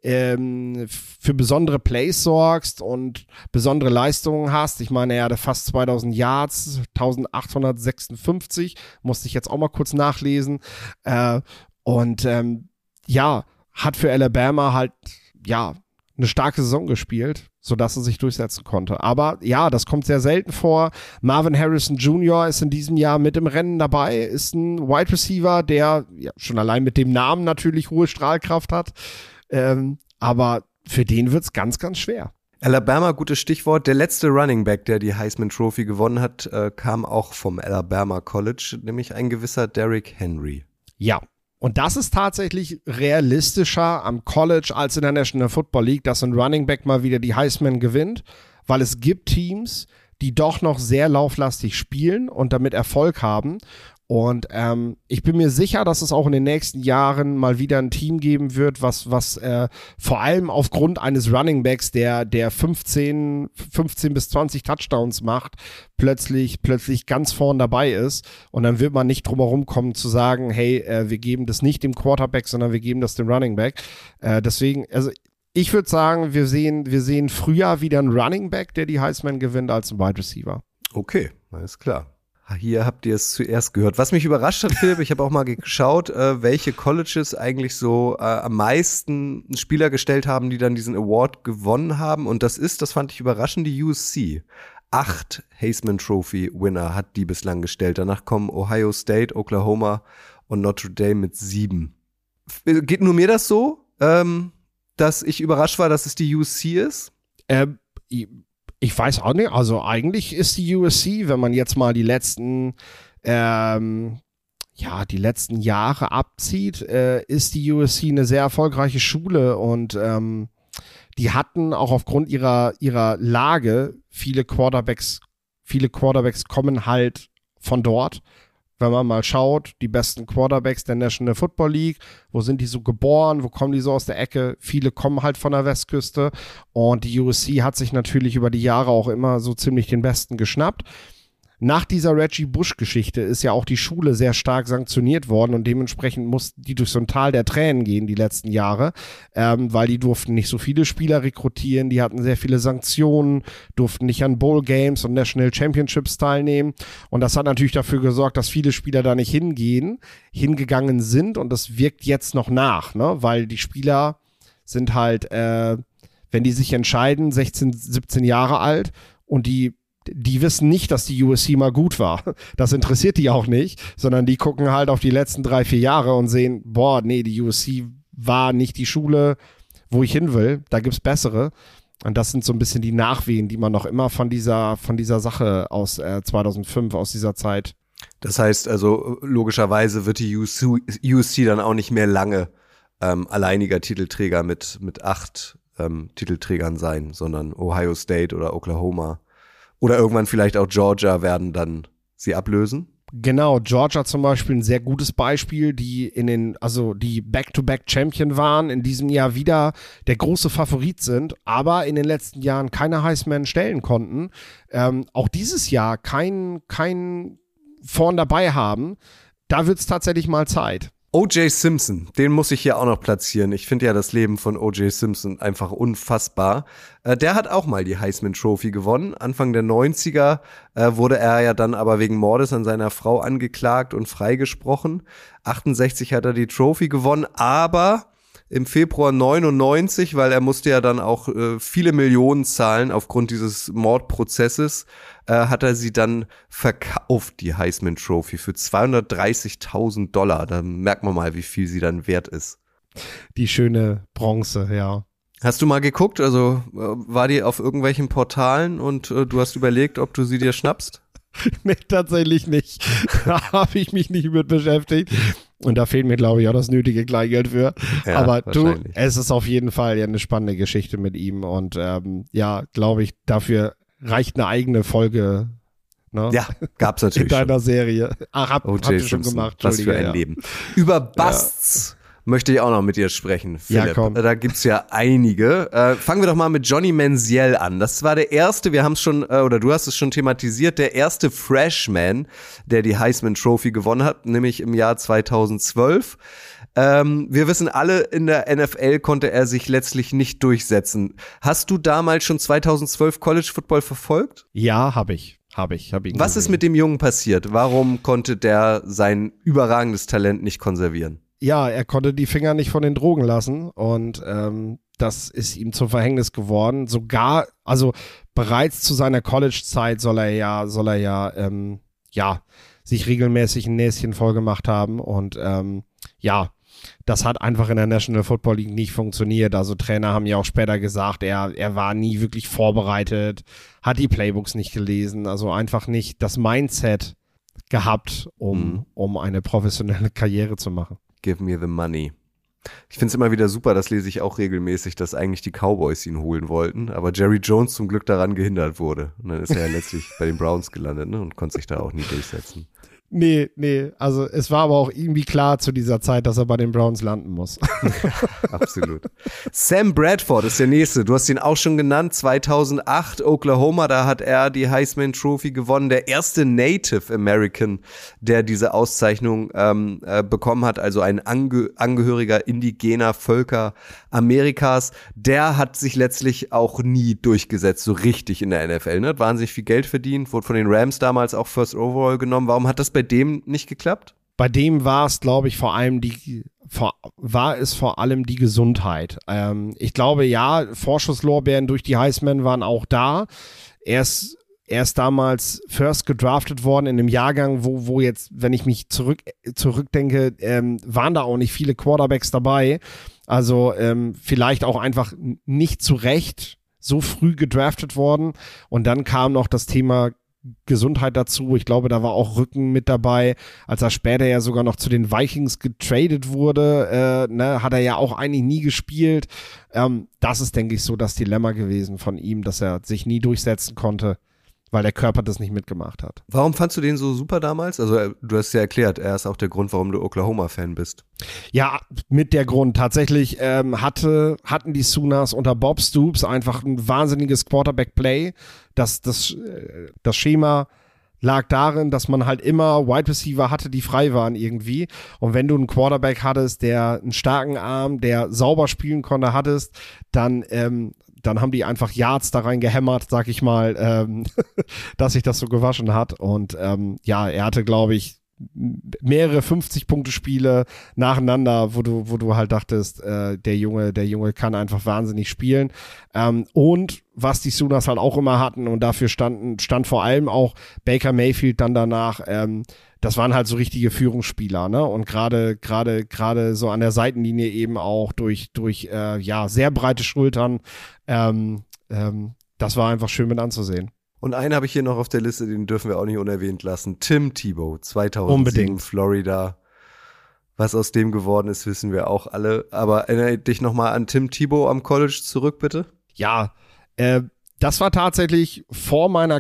ähm, für besondere Plays sorgst und besondere Leistungen hast. Ich meine, er hatte fast zweitausend Yards, eintausendachthundertsechsundfünfzig, musste ich jetzt auch mal kurz nachlesen. Äh, und ähm, ja, hat für Alabama halt, ja, eine starke Saison gespielt, sodass er sich durchsetzen konnte. Aber ja, das kommt sehr selten vor. Marvin Harrison Junior ist in diesem Jahr mit im Rennen dabei, ist ein Wide Receiver, der ja schon allein mit dem Namen natürlich hohe Strahlkraft hat. Ähm, aber für den wird's ganz, ganz schwer. Alabama, gutes Stichwort. Der letzte Running Back, der die Heisman Trophy gewonnen hat, äh, kam auch vom Alabama College, nämlich ein gewisser Derrick Henry. Ja. Und das ist tatsächlich realistischer am College als in der National Football League, dass ein Running Back mal wieder die Heisman gewinnt, weil es gibt Teams, die doch noch sehr lauflastig spielen und damit Erfolg haben. Und ähm, ich bin mir sicher, dass es auch in den nächsten Jahren mal wieder ein Team geben wird, was was äh, vor allem aufgrund eines Running Backs, der der fünfzehn bis zwanzig Touchdowns macht, plötzlich plötzlich ganz vorn dabei ist. Und dann wird man nicht drum herum kommen zu sagen, hey, äh, wir geben das nicht dem Quarterback, sondern wir geben das dem Running Back. Äh, deswegen, also Ich würde sagen, wir sehen, wir sehen früher wieder einen Running Back, der die Heisman gewinnt, als ein Wide Receiver. Okay, alles klar. Hier habt ihr es zuerst gehört. Was mich überrascht hat, Philipp, ich habe auch mal geschaut, äh, welche Colleges eigentlich so äh, am meisten Spieler gestellt haben, die dann diesen Award gewonnen haben. Und das ist, das fand ich überraschend, die U S C. Acht Heisman Trophy Winner hat die bislang gestellt. Danach kommen Ohio State, Oklahoma und Notre Dame mit sieben. Geht nur mir das so, ähm, dass ich überrascht war, dass es die U S C ist? Ähm, Ich weiß auch nicht, also eigentlich ist die U S C, wenn man jetzt mal die letzten, ähm, ja, die letzten Jahre abzieht, äh, ist die U S C eine sehr erfolgreiche Schule und ähm, die hatten auch aufgrund ihrer, ihrer Lage viele Quarterbacks, viele Quarterbacks kommen halt von dort. Wenn man mal schaut, die besten Quarterbacks der National Football League, wo sind die so geboren, wo kommen die so aus der Ecke? Viele kommen halt von der Westküste und die U S C hat sich natürlich über die Jahre auch immer so ziemlich den Besten geschnappt. Nach dieser Reggie Bush-Geschichte ist ja auch die Schule sehr stark sanktioniert worden und dementsprechend mussten die durch so ein Tal der Tränen gehen die letzten Jahre, ähm, weil die durften nicht so viele Spieler rekrutieren, die hatten sehr viele Sanktionen, durften nicht an Bowl Games und National Championships teilnehmen und das hat natürlich dafür gesorgt, dass viele Spieler da nicht hingehen, hingegangen sind und das wirkt jetzt noch nach, ne? Weil die Spieler sind halt, äh, wenn die sich entscheiden, sechzehn, siebzehn Jahre alt und die Die wissen nicht, dass die U S C mal gut war. Das interessiert die auch nicht, sondern die gucken halt auf die letzten drei, vier Jahre und sehen, boah, nee, die U S C war nicht die Schule, wo ich hin will. Da gibt's bessere. Und das sind so ein bisschen die Nachwehen, die man noch immer von dieser, von dieser Sache aus äh, zweitausendfünf, aus dieser Zeit. Das heißt also, logischerweise wird die U S C dann auch nicht mehr lange ähm, alleiniger Titelträger mit, mit acht ähm, Titelträgern sein, sondern Ohio State oder Oklahoma. Oder irgendwann vielleicht auch Georgia werden dann sie ablösen? Genau, Georgia zum Beispiel ein sehr gutes Beispiel, die in den, also die Back-to-Back-Champion waren, in diesem Jahr wieder der große Favorit sind, aber in den letzten Jahren keine Heisman stellen konnten. Ähm, auch dieses Jahr kein, kein vorn dabei haben. Da wird es tatsächlich mal Zeit. O J Simpson, den muss ich hier auch noch platzieren. Ich finde ja das Leben von O J Simpson einfach unfassbar. Äh, der hat auch mal die Heisman Trophy gewonnen. Anfang der neunziger äh, wurde er ja dann aber wegen Mordes an seiner Frau angeklagt und freigesprochen. achtundsechzig hat er die Trophy gewonnen, aber im Februar neunundneunzig, weil er musste ja dann auch äh, viele Millionen zahlen aufgrund dieses Mordprozesses, äh, hat er sie dann verkauft, die Heisman Trophy, für zweihundertdreißigtausend Dollar. Da merkt man mal, wie viel sie dann wert ist. Die schöne Bronze, ja. Hast du mal geguckt, also äh, war die auf irgendwelchen Portalen und äh, du hast überlegt, ob du sie dir schnappst? Nee, tatsächlich nicht. Da habe ich mich nicht mit beschäftigt. Und da fehlt mir, glaube ich, auch das nötige Kleingeld für. Ja, aber du, es ist auf jeden Fall ja eine spannende Geschichte mit ihm. Und ähm, ja, glaube ich, dafür reicht eine eigene Folge. Ne? Ja, gab's natürlich in deiner schon. Serie. Ach, hab, O J habt ihr schon Simpson, gemacht. was für ein ja. Leben. Über Busts möchte ich auch noch mit dir sprechen, Philipp. Ja, komm. Da gibt's ja einige. Äh, fangen wir doch mal mit Johnny Manziel an. Das war der erste, wir haben es schon, äh, oder du hast es schon thematisiert, der erste Freshman, der die Heisman Trophy gewonnen hat, nämlich im Jahr zweitausendzwölf. Ähm, wir wissen alle, in der N F L konnte er sich letztlich nicht durchsetzen. Hast du damals schon zweitausendzwölf College Football verfolgt? Ja, habe ich. Habe ich. Hab ihn Was gesehen. ist mit dem Jungen passiert? Warum konnte der sein überragendes Talent nicht konservieren? Ja, er konnte die Finger nicht von den Drogen lassen und ähm, das ist ihm zum Verhängnis geworden. Sogar, also bereits zu seiner College-Zeit soll er ja, soll er ja, ähm, ja, sich regelmäßig ein Näschen voll gemacht haben und ähm, ja, das hat einfach in der National Football League nicht funktioniert. Also Trainer haben ja auch später gesagt, er, er war nie wirklich vorbereitet, hat die Playbooks nicht gelesen, also einfach nicht das Mindset gehabt, um, mhm. um eine professionelle Karriere zu machen. Give me the money. Ich finde es immer wieder super, das lese ich auch regelmäßig, dass eigentlich die Cowboys ihn holen wollten, aber Jerry Jones zum Glück daran gehindert wurde. Und dann ist er ja letztlich bei den Browns gelandet, ne, und konnte sich da auch nie durchsetzen. Nee, nee, also es war aber auch irgendwie klar zu dieser Zeit, dass er bei den Browns landen muss. Absolut. Sam Bradford ist der Nächste. Du hast ihn auch schon genannt. zweitausendacht, Oklahoma, da hat er die Heisman Trophy gewonnen. Der erste Native American, der diese Auszeichnung ähm, äh, bekommen hat, also ein Ange- Angehöriger indigener Völker Amerikas. Der hat sich letztlich auch nie durchgesetzt, so richtig in der N F L. Ne? Hat wahnsinnig viel Geld verdient, wurde von den Rams damals auch First Overall genommen. Warum hat das bei dem nicht geklappt? Bei dem war es, glaube ich, vor allem die, vor, war es vor allem die Gesundheit. Ähm, ich glaube, ja, Vorschusslorbeeren durch die Heisman waren auch da. Er ist, er ist damals first gedraftet worden in einem Jahrgang, wo, wo jetzt, wenn ich mich zurück, zurückdenke, ähm, waren da auch nicht viele Quarterbacks dabei. Also ähm, vielleicht auch einfach nicht zu Recht so früh gedraftet worden. Und dann kam noch das Thema Gesundheit dazu. Ich glaube, da war auch Rücken mit dabei. Als er später ja sogar noch zu den Vikings getradet wurde, äh, ne, hat er ja auch eigentlich nie gespielt. Ähm, das ist, denke ich, so das Dilemma gewesen von ihm, dass er sich nie durchsetzen konnte, weil der Körper das nicht mitgemacht hat. Warum fandst du den so super damals? Also du hast ja erklärt, er ist auch der Grund, warum du Oklahoma-Fan bist. Ja, mit der Grund. Tatsächlich ähm, hatte, hatten die Sooners unter Bob Stoops einfach ein wahnsinniges Quarterback-Play. Das, das, äh, das Schema lag darin, dass man halt immer Wide Receiver hatte, die frei waren irgendwie. Und wenn du einen Quarterback hattest, der einen starken Arm, der sauber spielen konnte, hattest, dann ähm, dann haben die einfach Yards da rein gehämmert, sag ich mal, ähm, dass sich das so gewaschen hat. Und ähm, ja, er hatte, glaube ich, mehrere fünfzig-Punkte-Spiele nacheinander, wo du, wo du halt dachtest, äh, der Junge, der Junge kann einfach wahnsinnig spielen. Ähm, und was die Sooners halt auch immer hatten, und dafür standen, stand vor allem auch Baker Mayfield dann danach, ähm, das waren halt so richtige Führungsspieler, ne? Und gerade, gerade, gerade so an der Seitenlinie eben auch durch, durch, äh, ja, sehr breite Schultern. Ähm, ähm, das war einfach schön mit anzusehen. Und einen habe ich hier noch auf der Liste, den dürfen wir auch nicht unerwähnt lassen. Tim Tebow, zweitausendsieben, Unbedingt. Florida. Was aus dem geworden ist, wissen wir auch alle. Aber erinnere dich nochmal an Tim Tebow am College zurück, bitte. Ja, äh, das war tatsächlich vor meiner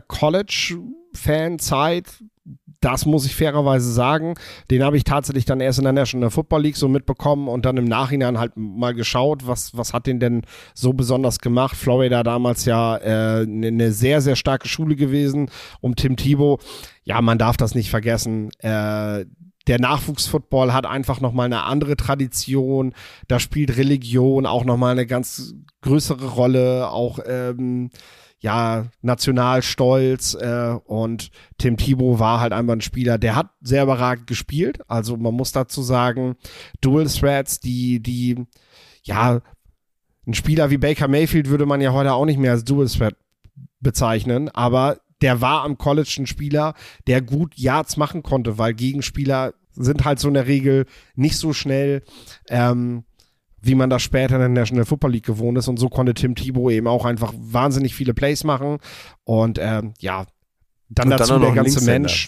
College-Fan-Zeit. Das muss ich fairerweise sagen. Den habe ich tatsächlich dann erst in der National Football League so mitbekommen und dann im Nachhinein halt mal geschaut, was, was hat den denn so besonders gemacht. Florida damals ja äh, eine sehr, sehr starke Schule gewesen um Tim Tebow. Ja, man darf das nicht vergessen. Äh, der Nachwuchsfootball hat einfach nochmal eine andere Tradition. Da spielt Religion auch nochmal eine ganz größere Rolle. Auch ähm, ja, Nationalstolz äh, und Tim Tebow war halt einfach ein Spieler, der hat sehr überragend gespielt, also man muss dazu sagen, Dual Threats, die, die, ja, ein Spieler wie Baker Mayfield würde man ja heute auch nicht mehr als Dual Threat bezeichnen, aber der war am College ein Spieler, der gut Yards machen konnte, weil Gegenspieler sind halt so in der Regel nicht so schnell, ähm, wie man das später in der National Football League gewohnt ist. Und so konnte Tim Tebow eben auch einfach wahnsinnig viele Plays machen. Und ähm, ja, dann Und dazu dann der noch ganze Mensch.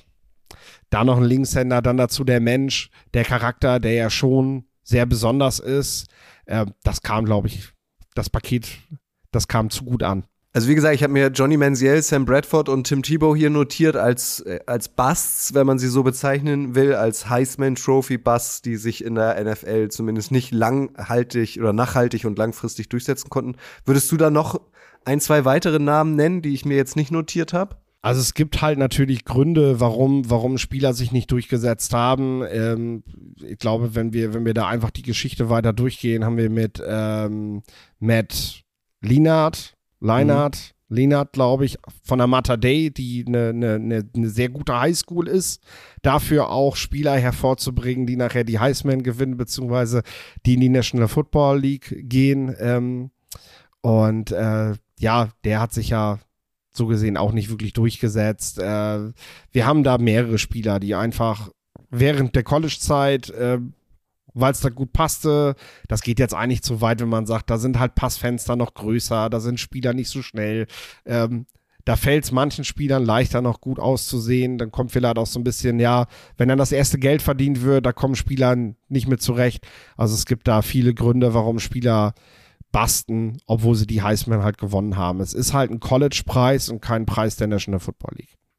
Da noch ein Linkshänder, dann dazu der Mensch, der Charakter, der ja schon sehr besonders ist. Äh, das kam, glaube ich, das Paket, das kam zu gut an. Also wie gesagt, ich habe mir Johnny Manziel, Sam Bradford und Tim Tebow hier notiert als, äh, als Busts, wenn man sie so bezeichnen will, als Heisman Trophy Busts, die sich in der N F L zumindest nicht langhaltig oder nachhaltig und langfristig durchsetzen konnten. Würdest du da noch ein, zwei weitere Namen nennen, die ich mir jetzt nicht notiert habe? Also es gibt halt natürlich Gründe, warum, warum Spieler sich nicht durchgesetzt haben. Ähm, ich glaube, wenn wir, wenn wir da einfach die Geschichte weiter durchgehen, haben wir mit ähm, Matt Leinart, Leinart, mhm. Leinart, glaube ich, von der Mater Dei, die eine ne, ne, ne sehr gute Highschool ist, dafür auch Spieler hervorzubringen, die nachher die Heisman gewinnen, beziehungsweise die in die National Football League gehen. Ähm, und äh, ja, der hat sich ja so gesehen auch nicht wirklich durchgesetzt. Äh, wir haben da mehrere Spieler, die einfach während der College-Zeit, äh, weil es da gut passte, das geht jetzt eigentlich zu weit, wenn man sagt, da sind halt Passfenster noch größer, da sind Spieler nicht so schnell. Ähm, da fällt es manchen Spielern leichter noch gut auszusehen. Dann kommt vielleicht auch so ein bisschen, ja, wenn dann das erste Geld verdient wird, da kommen Spieler nicht mit zurecht. Also es gibt da viele Gründe, warum Spieler basten, obwohl sie die Heisman halt gewonnen haben. Es ist halt ein College-Preis und kein Preis der National Football League.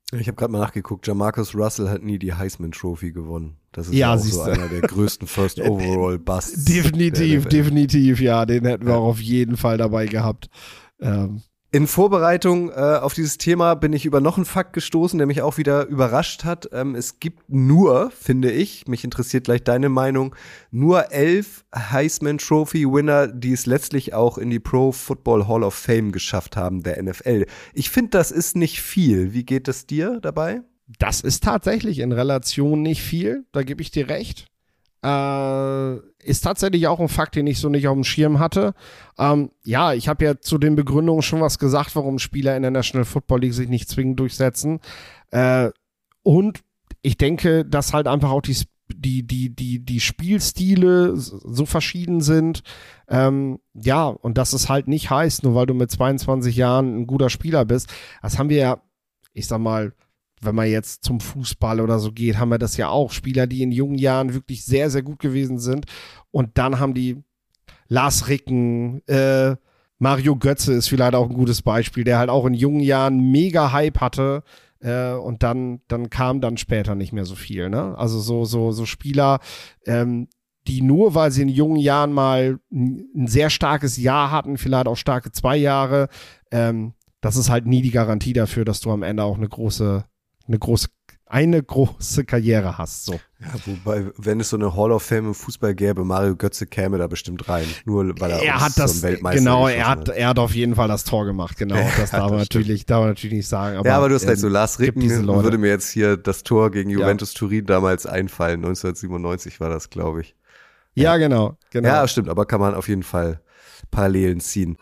Ich habe gerade mal nachgeguckt, Jamarcus Russell hat nie die Heisman Trophy gewonnen. Das ist Ja, ja auch siehste. so einer der größten First Overall Busts. Definitiv, der N F L. definitiv, ja, den hätten wir auch auf jeden Fall dabei gehabt. Ähm, In Vorbereitung äh, auf dieses Thema bin ich über noch einen Fakt gestoßen, der mich auch wieder überrascht hat. Ähm, es gibt nur, finde ich, mich interessiert gleich deine Meinung, nur elf Heisman Trophy Winner, die es letztlich auch in die Pro Football Hall of Fame geschafft haben, der N F L. Ich finde, das ist nicht viel. Wie geht es dir dabei? Das ist tatsächlich in Relation nicht viel, da gebe ich dir recht. Äh, ist tatsächlich auch ein Fakt, den ich so nicht auf dem Schirm hatte. Ähm, ja, ich habe ja zu den Begründungen schon was gesagt, warum Spieler in der National Football League sich nicht zwingend durchsetzen. Äh, und ich denke, dass halt einfach auch die, die, die, die, die Spielstile so verschieden sind. Ähm, ja, und dass es halt nicht heißt, nur weil du mit zweiundzwanzig Jahren ein guter Spieler bist. Das haben wir ja, ich sag mal, wenn man jetzt zum Fußball oder so geht, haben wir das ja auch. Spieler, die in jungen Jahren wirklich sehr, sehr gut gewesen sind. Und dann haben die Lars Ricken, äh, Mario Götze ist vielleicht auch ein gutes Beispiel, der halt auch in jungen Jahren mega Hype hatte. Äh, und dann, dann kam dann später nicht mehr so viel. Ne? Also so, so, so Spieler, ähm, die nur, weil sie in jungen Jahren mal ein, ein sehr starkes Jahr hatten, vielleicht auch starke zwei Jahre, ähm, das ist halt nie die Garantie dafür, dass du am Ende auch eine große eine große, eine große Karriere hast. So. Ja, wobei, wenn es so eine Hall of Fame im Fußball gäbe, Mario Götze käme da bestimmt rein. Nur weil er, er uns hat das, zum Weltmeister genau, er geschossen hat, er hat auf jeden Fall das Tor gemacht, genau. Ja, das darf man das natürlich, darf man natürlich nicht sagen. Aber, ja, aber du hast ähm, recht, so Lars gibt diese Ricken Leute. würde mir jetzt hier das Tor gegen Ja. Juventus Turin damals einfallen. neunzehnhundertsiebenundneunzig war das, glaube ich. Ja, genau, genau. Ja, stimmt, aber kann man auf jeden Fall Parallelen ziehen.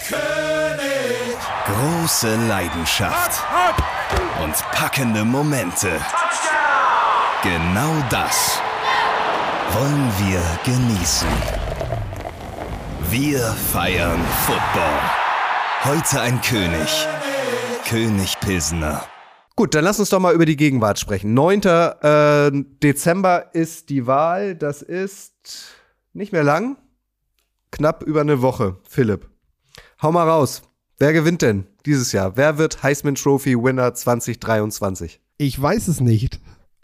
Große Leidenschaft und packende Momente. Genau das wollen wir genießen. Wir feiern Football. Heute ein König. König Pilsener. Gut, dann lass uns doch mal über die Gegenwart sprechen. neunter Äh, Dezember ist die Wahl. Das ist nicht mehr lang. Knapp über eine Woche. Philipp, hau mal raus. Wer gewinnt denn dieses Jahr? Wer wird Heisman Trophy Winner zwanzig dreiundzwanzig? Ich weiß es nicht.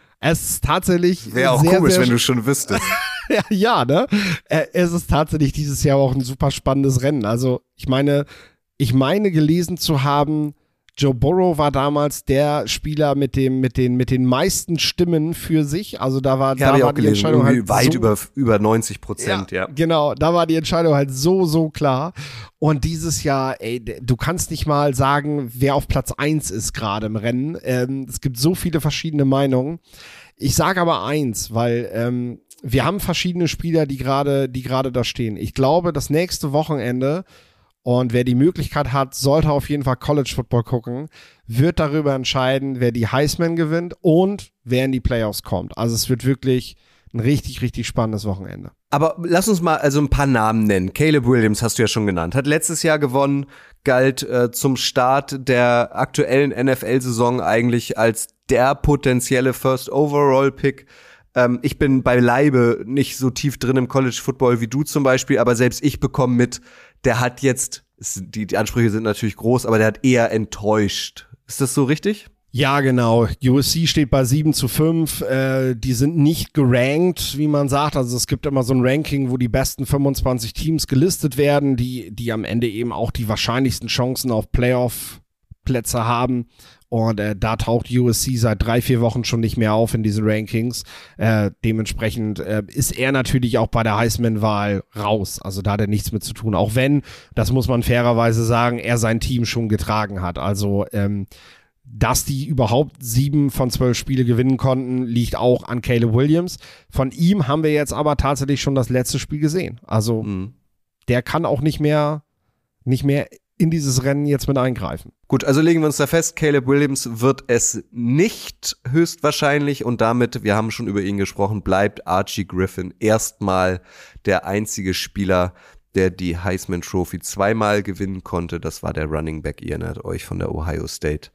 Es ist tatsächlich Wäre auch sehr, komisch, sehr wenn du schon wüsstest. ja, ja, ne? Äh, Es ist tatsächlich dieses Jahr auch ein super spannendes Rennen. Also, ich meine, ich meine gelesen zu haben, Joe Burrow war damals der Spieler mit dem, mit den, mit den meisten Stimmen für sich. Also da war, Ja, da habe ich war auch die gelesen. Entscheidung Irgendwie halt weit so, über, über neunzig Prozent, ja. Genau, da war die Entscheidung halt so, so klar. Und dieses Jahr, ey, du kannst nicht mal sagen, wer auf Platz eins ist gerade im Rennen. Ähm, es gibt so viele verschiedene Meinungen. Ich sage aber eins, weil ähm, wir haben verschiedene Spieler, die gerade, die gerade da stehen. Ich glaube, das nächste Wochenende, und wer die Möglichkeit hat, sollte auf jeden Fall College Football gucken, wird darüber entscheiden, wer die Heisman gewinnt und wer in die Playoffs kommt. Also es wird wirklich ein richtig, richtig spannendes Wochenende. Aber lass uns mal also ein paar Namen nennen. Caleb Williams hast du ja schon genannt. Hat letztes Jahr gewonnen, galt äh, zum Start der aktuellen N F L-Saison eigentlich als der potenzielle First Overall Pick. Ähm, ich bin beileibe nicht so tief drin im College Football wie du zum Beispiel, aber selbst ich bekomme mit, der hat jetzt, die, die Ansprüche sind natürlich groß, aber der hat eher enttäuscht. Ist das so richtig? Ja, genau. U S C steht bei sieben zu fünf. Äh, die sind nicht gerankt, wie man sagt. Also es gibt immer so ein Ranking, wo die besten fünfundzwanzig Teams gelistet werden, die, die am Ende eben auch die wahrscheinlichsten Chancen auf Playoff-Plätze haben. Und äh, da taucht U S C seit drei, vier Wochen schon nicht mehr auf in diesen Rankings. Äh, dementsprechend äh, ist er natürlich auch bei der Heisman-Wahl raus. Also da hat er nichts mit zu tun. Auch wenn, das muss man fairerweise sagen, er sein Team schon getragen hat. Also ähm, dass die überhaupt sieben von zwölf Spiele gewinnen konnten, liegt auch an Caleb Williams. Von ihm haben wir jetzt aber tatsächlich schon das letzte Spiel gesehen. Also Mhm. der kann auch nicht mehr, nicht mehr in dieses Rennen jetzt mit eingreifen. Gut, also legen wir uns da fest, Caleb Williams wird es nicht höchstwahrscheinlich und damit, wir haben schon über ihn gesprochen, bleibt Archie Griffin erstmal der einzige Spieler, der die Heisman Trophy zweimal gewinnen konnte. Das war der Running Back, ihr erinnert euch, von der Ohio State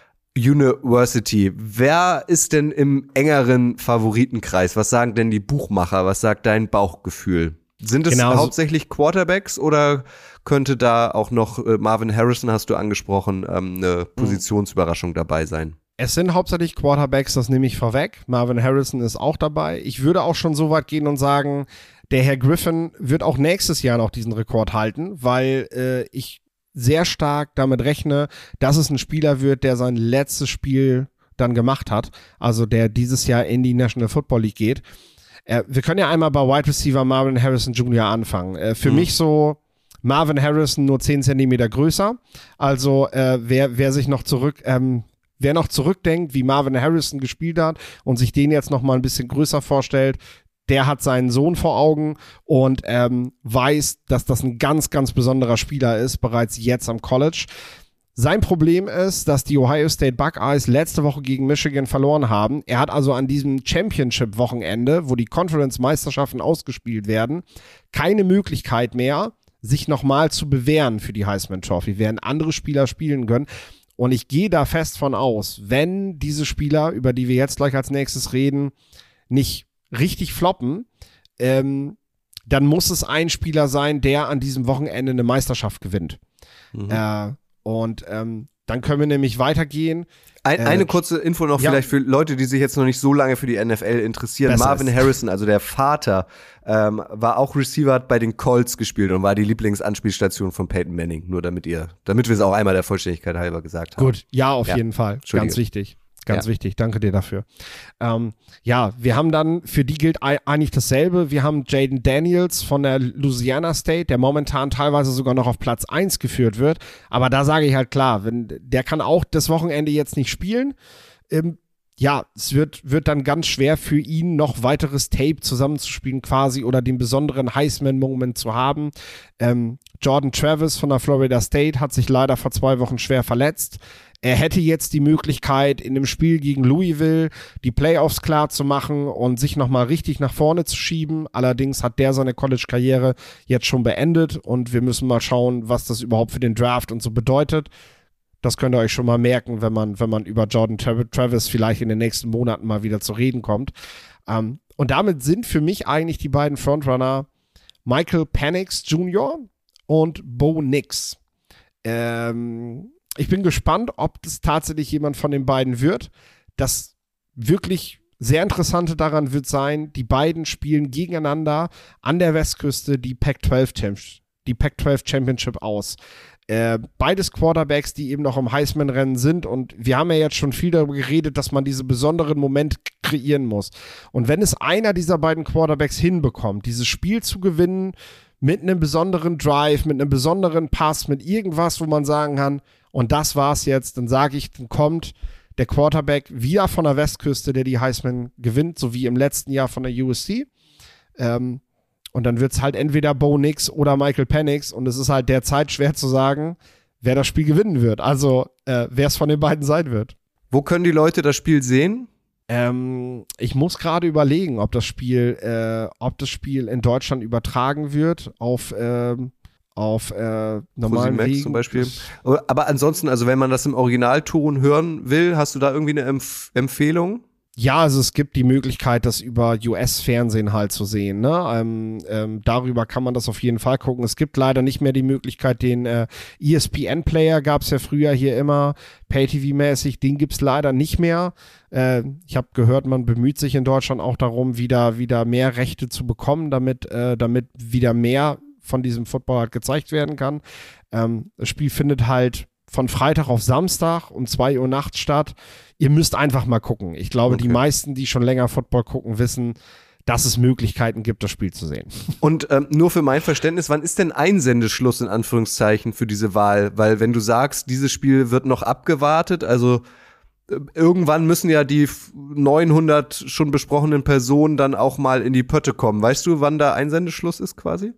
University. Wer ist denn im engeren Favoritenkreis? Was sagen denn die Buchmacher? Was sagt dein Bauchgefühl? Sind es Genau so- hauptsächlich Quarterbacks oder könnte da auch noch, äh, Marvin Harrison hast du angesprochen, ähm, eine Positionsüberraschung dabei sein? Es sind hauptsächlich Quarterbacks, das nehme ich vorweg. Marvin Harrison ist auch dabei. Ich würde auch schon so weit gehen und sagen, der Herr Griffin wird auch nächstes Jahr noch diesen Rekord halten, weil äh, ich sehr stark damit rechne, dass es ein Spieler wird, der sein letztes Spiel dann gemacht hat, also der dieses Jahr in die National Football League geht. Äh, wir können ja einmal bei Wide Receiver Marvin Harrison Junior anfangen. Äh, für mhm. mich so Marvin Harrison nur zehn Zentimeter größer. Also äh, wer, wer sich noch zurück, ähm, wer noch zurückdenkt, wie Marvin Harrison gespielt hat und sich den jetzt noch mal ein bisschen größer vorstellt, der hat seinen Sohn vor Augen und ähm, weiß, dass das ein ganz, ganz besonderer Spieler ist, bereits jetzt am College. Sein Problem ist, dass die Ohio State Buckeyes letzte Woche gegen Michigan verloren haben. Er hat also an diesem Championship-Wochenende, wo die Conference-Meisterschaften ausgespielt werden, keine Möglichkeit mehr, sich nochmal zu bewähren für die Heisman Trophy, während andere Spieler spielen können. Und ich gehe da fest von aus, wenn diese Spieler, über die wir jetzt gleich als nächstes reden, nicht richtig floppen, ähm, dann muss es ein Spieler sein, der an diesem Wochenende eine Meisterschaft gewinnt. Mhm. Äh, und ähm, dann können wir nämlich weitergehen. Ein, eine äh, kurze Info noch ja. vielleicht für Leute, die sich jetzt noch nicht so lange für die N F L interessieren. Besser Marvin ist. Harrison, also der Vater, ähm, war auch Receiver, hat bei den Colts gespielt und war die Lieblingsanspielstation von Peyton Manning. Nur damit ihr, damit wir es auch einmal der Vollständigkeit halber gesagt haben. Gut, ja, auf ja. jeden Fall. Ganz wichtig. Ganz ja. wichtig, danke dir dafür. Ähm, ja, wir haben dann, für die gilt eigentlich dasselbe. Wir haben Jaden Daniels von der Louisiana State, der momentan teilweise sogar noch auf Platz eins geführt wird. Aber da sage ich halt klar, wenn, der kann auch das Wochenende jetzt nicht spielen. Ähm, ja, es wird, wird dann ganz schwer für ihn, noch weiteres Tape zusammenzuspielen quasi oder den besonderen Heisman-Moment zu haben. Ähm, Jordan Travis von der Florida State hat sich leider vor zwei Wochen schwer verletzt. Er hätte jetzt die Möglichkeit, in dem Spiel gegen Louisville die Playoffs klar zu machen und sich nochmal richtig nach vorne zu schieben. Allerdings hat der seine College-Karriere jetzt schon beendet und wir müssen mal schauen, was das überhaupt für den Draft und so bedeutet. Das könnt ihr euch schon mal merken, wenn man, wenn man über Jordan Travis vielleicht in den nächsten Monaten mal wieder zu reden kommt. Ähm, und damit sind für mich eigentlich die beiden Frontrunner Michael Penix Junior und Bo Nix. Ähm, Ich bin gespannt, ob das tatsächlich jemand von den beiden wird. Das wirklich sehr Interessante daran wird sein, die beiden spielen gegeneinander an der Westküste die Pac zwölf die Pac zwölf Championship aus. Äh, beides Quarterbacks, die eben noch im Heisman-Rennen sind und wir haben ja jetzt schon viel darüber geredet, dass man diese besonderen Momente kreieren muss. Und wenn es einer dieser beiden Quarterbacks hinbekommt, dieses Spiel zu gewinnen mit einem besonderen Drive, mit einem besonderen Pass, mit irgendwas, wo man sagen kann, und das war's jetzt, dann sage ich, dann kommt der Quarterback wieder von der Westküste, der die Heisman gewinnt, so wie im letzten Jahr von der U S C. Ähm, und dann wird's halt entweder Bo Nix oder Michael Penix und es ist halt derzeit schwer zu sagen, wer das Spiel gewinnen wird. Also, äh, wer es von den beiden sein wird. Wo können die Leute das Spiel sehen? Ähm, ich muss gerade überlegen, ob das Spiel, äh, ob das Spiel in Deutschland übertragen wird auf, ähm, auf äh, normalen Wegen. Zum Beispiel. Aber ansonsten, also wenn man das im Originalton hören will, hast du da irgendwie eine Empf- Empfehlung? Ja, also es gibt die Möglichkeit, das über U S-Fernsehen halt zu sehen. Ne? Ähm, ähm, darüber kann man das auf jeden Fall gucken. Es gibt leider nicht mehr die Möglichkeit, den äh, E S P N-Player gab es ja früher hier immer, Pay-T V-mäßig, den gibt's leider nicht mehr. Äh, ich habe gehört, man bemüht sich in Deutschland auch darum, wieder, wieder mehr Rechte zu bekommen, damit, äh, damit wieder mehr von diesem Football halt gezeigt werden kann. Ähm, das Spiel findet halt von Freitag auf Samstag um zwei Uhr nachts statt. Ihr müsst einfach mal gucken. Ich glaube, okay. Die meisten, die schon länger Football gucken, wissen, dass es Möglichkeiten gibt, das Spiel zu sehen. Und ähm, nur für mein Verständnis, wann ist denn Einsendeschluss in Anführungszeichen für diese Wahl? Weil wenn du sagst, dieses Spiel wird noch abgewartet, also äh, irgendwann müssen ja die neunhundert schon besprochenen Personen dann auch mal in die Pötte kommen. Weißt du, wann da Einsendeschluss ist quasi?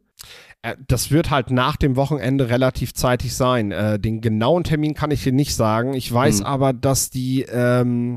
Das wird halt nach dem Wochenende relativ zeitig sein. Äh, den genauen Termin kann ich dir nicht sagen. Ich weiß hm. aber, dass die, ähm,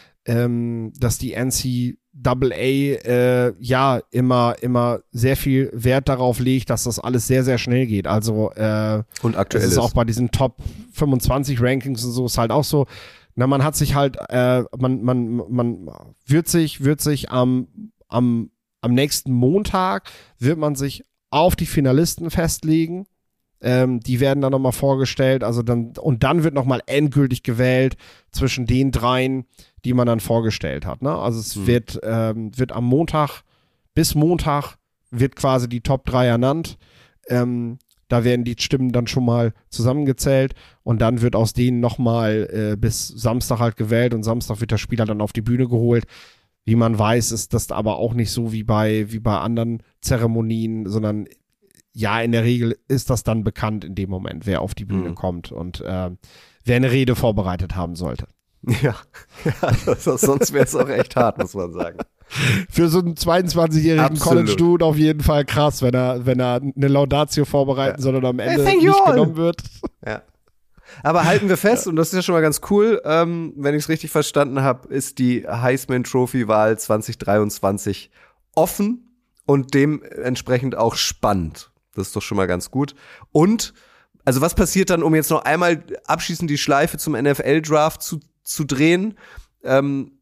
ähm, dass die N C A A äh, ja immer, immer sehr viel Wert darauf legt, dass das alles sehr, sehr schnell geht. Also äh, und aktuell ist ist auch bei diesen Top fünfundzwanzig Rankings und so ist halt auch so. Na, man hat sich halt, äh, man, man, man wird sich, wird sich am, am, am nächsten Montag wird man sich auf die Finalisten festlegen. Ähm, die werden dann nochmal vorgestellt. Also dann, und dann wird nochmal endgültig gewählt zwischen den dreien, die man dann vorgestellt hat. Ne? Also es hm. wird, ähm, wird am Montag, bis Montag wird quasi die Top drei ernannt. Ähm, da werden die Stimmen dann schon mal zusammengezählt und dann wird aus denen nochmal äh, bis Samstag halt gewählt und Samstag wird der Spieler dann auf die Bühne geholt. Wie man weiß, ist das aber auch nicht so wie bei, wie bei anderen Zeremonien, sondern ja, in der Regel ist das dann bekannt in dem Moment, wer auf die Bühne mhm. kommt und äh, wer eine Rede vorbereitet haben sollte. Ja, ja also sonst wäre es auch echt hart, muss man sagen. Für so einen zweiundzwanzigjährigen College-Dude auf jeden Fall krass, wenn er, wenn er eine Laudatio vorbereiten ja. soll und am Ende nicht all. genommen wird. Ja. Aber halten wir fest, und das ist ja schon mal ganz cool, ähm, wenn ich es richtig verstanden habe, ist die Heisman-Trophy-Wahl zwanzig dreiundzwanzig offen und dementsprechend auch spannend. Das ist doch schon mal ganz gut. Und, also was passiert dann, um jetzt noch einmal abschließend die Schleife zum N F L-Draft zu, zu drehen? Ähm,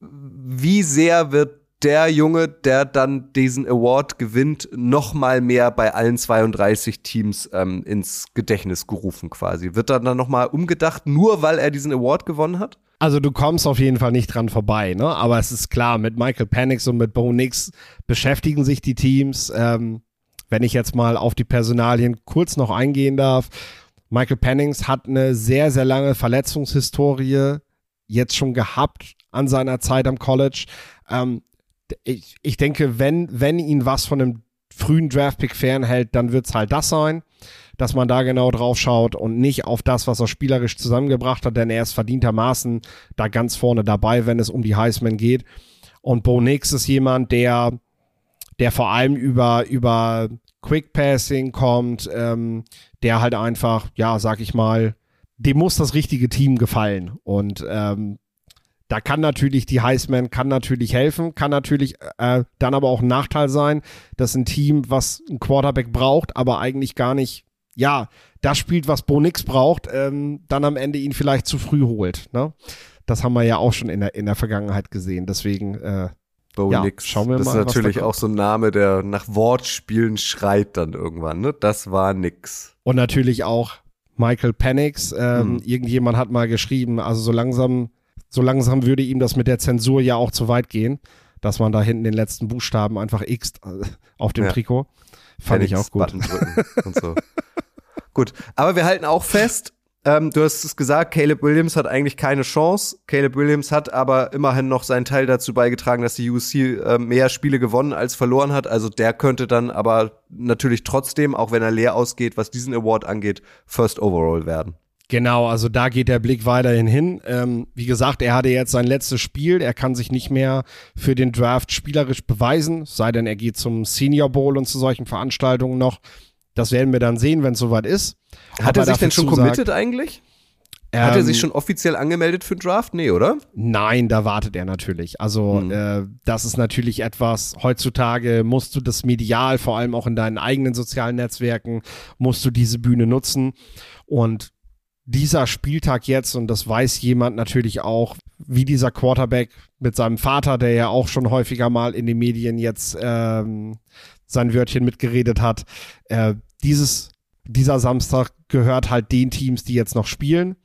wie sehr wird der Junge, der dann diesen Award gewinnt, noch mal mehr bei allen zweiunddreißig Teams ähm, ins Gedächtnis gerufen quasi? Wird dann dann noch mal umgedacht, nur weil er diesen Award gewonnen hat? Also du kommst auf jeden Fall nicht dran vorbei, ne? Aber es ist klar, mit Michael Penix und mit Bo Nix beschäftigen sich die Teams. Ähm, wenn ich jetzt mal auf die Personalien kurz noch eingehen darf. Michael Penix hat eine sehr, sehr lange Verletzungshistorie jetzt schon gehabt an seiner Zeit am College. Ähm, ich, ich denke, wenn, wenn ihn was von einem frühen Draftpick fernhält, dann wird es halt das sein, dass man da genau drauf schaut und nicht auf das, was er spielerisch zusammengebracht hat, denn er ist verdientermaßen da ganz vorne dabei, wenn es um die Heisman geht. Und Bo Nix ist jemand, der, der vor allem über, über Quick Passing kommt, ähm, der halt einfach, ja, sag ich mal, dem muss das richtige Team gefallen. Und ähm, da kann natürlich die Heisman kann natürlich helfen, kann natürlich äh, dann aber auch ein Nachteil sein, dass ein Team, was einen Quarterback braucht, aber eigentlich gar nicht, ja, das spielt, was Bo Nix braucht, ähm, dann am Ende ihn vielleicht zu früh holt. Ne? Das haben wir ja auch schon in der, in der Vergangenheit gesehen. Deswegen, äh, Bo ja, Nix. schauen wir das mal. Das ist natürlich da auch so ein Name, der nach Wortspielen schreit dann irgendwann. Ne? Das war nix. Und natürlich auch Michael Penix. Ähm, hm. Irgendjemand hat mal geschrieben, also so langsam So langsam würde ihm das mit der Zensur ja auch zu weit gehen, dass man da hinten den letzten Buchstaben einfach X auf dem ja. Trikot. Fand Penix ich auch gut. Button drücken und so. Gut, aber wir halten auch fest, ähm, du hast es gesagt, Caleb Williams hat eigentlich keine Chance. Caleb Williams hat aber immerhin noch seinen Teil dazu beigetragen, dass die U S C äh, mehr Spiele gewonnen als verloren hat. Also der könnte dann aber natürlich trotzdem, auch wenn er leer ausgeht, was diesen Award angeht, First Overall werden. Genau, also da geht der Blick weiterhin hin. Ähm, wie gesagt, er hatte jetzt sein letztes Spiel. Er kann sich nicht mehr für den Draft spielerisch beweisen, sei denn er geht zum Senior Bowl und zu solchen Veranstaltungen noch. Das werden wir dann sehen, wenn es soweit ist. Hat er sich denn schon committed eigentlich? Ähm, Hat er sich schon offiziell angemeldet für den Draft? Nee, oder? Nein, da wartet er natürlich. Also hm. äh, das ist natürlich etwas, heutzutage musst du das medial, vor allem auch in deinen eigenen sozialen Netzwerken, musst du diese Bühne nutzen. Und dieser Spieltag jetzt, und das weiß jemand natürlich auch, wie dieser Quarterback mit seinem Vater, der ja auch schon häufiger mal in den Medien jetzt ähm, sein Wörtchen mitgeredet hat, äh, dieses, dieser Samstag gehört halt den Teams, die jetzt noch spielen.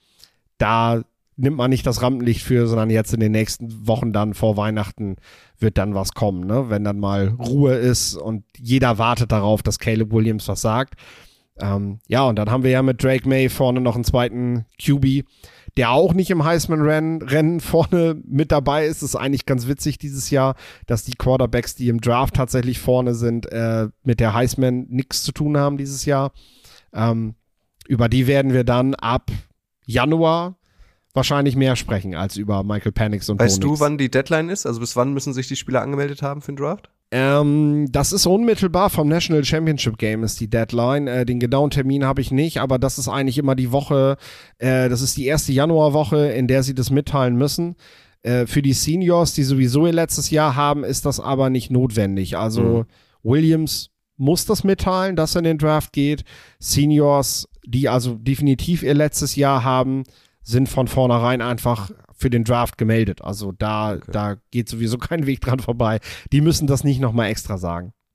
Da nimmt man nicht das Rampenlicht für, sondern jetzt in den nächsten Wochen dann vor Weihnachten wird dann was kommen, ne? Wenn dann mal Ruhe ist und jeder wartet darauf, dass Caleb Williams was sagt. Ähm, ja, und dann haben wir ja mit Drake May vorne noch einen zweiten Q B, der auch nicht im Heisman-Rennen Rennen vorne mit dabei ist. Das ist eigentlich ganz witzig dieses Jahr, dass die Quarterbacks, die im Draft tatsächlich vorne sind, äh, mit der Heisman nichts zu tun haben dieses Jahr. Ähm, über die werden wir dann ab Januar wahrscheinlich mehr sprechen als über Michael Penix und Bo Nix. Weißt du, wann die Deadline ist? Also bis wann müssen sich die Spieler angemeldet haben für den Draft? Ähm, das ist unmittelbar vom National Championship Game ist die Deadline. Äh, den genauen Termin habe ich nicht, aber das ist eigentlich immer die Woche, äh, das ist die erste Januarwoche, in der sie das mitteilen müssen. Äh, für die Seniors, die sowieso ihr letztes Jahr haben, ist das aber nicht notwendig. Also mhm. Williams muss das mitteilen, dass er in den Draft geht. Seniors, die also definitiv ihr letztes Jahr haben, sind von vornherein einfach für den Draft gemeldet. Also da, okay. da geht sowieso kein Weg dran vorbei. Die müssen das nicht nochmal extra sagen.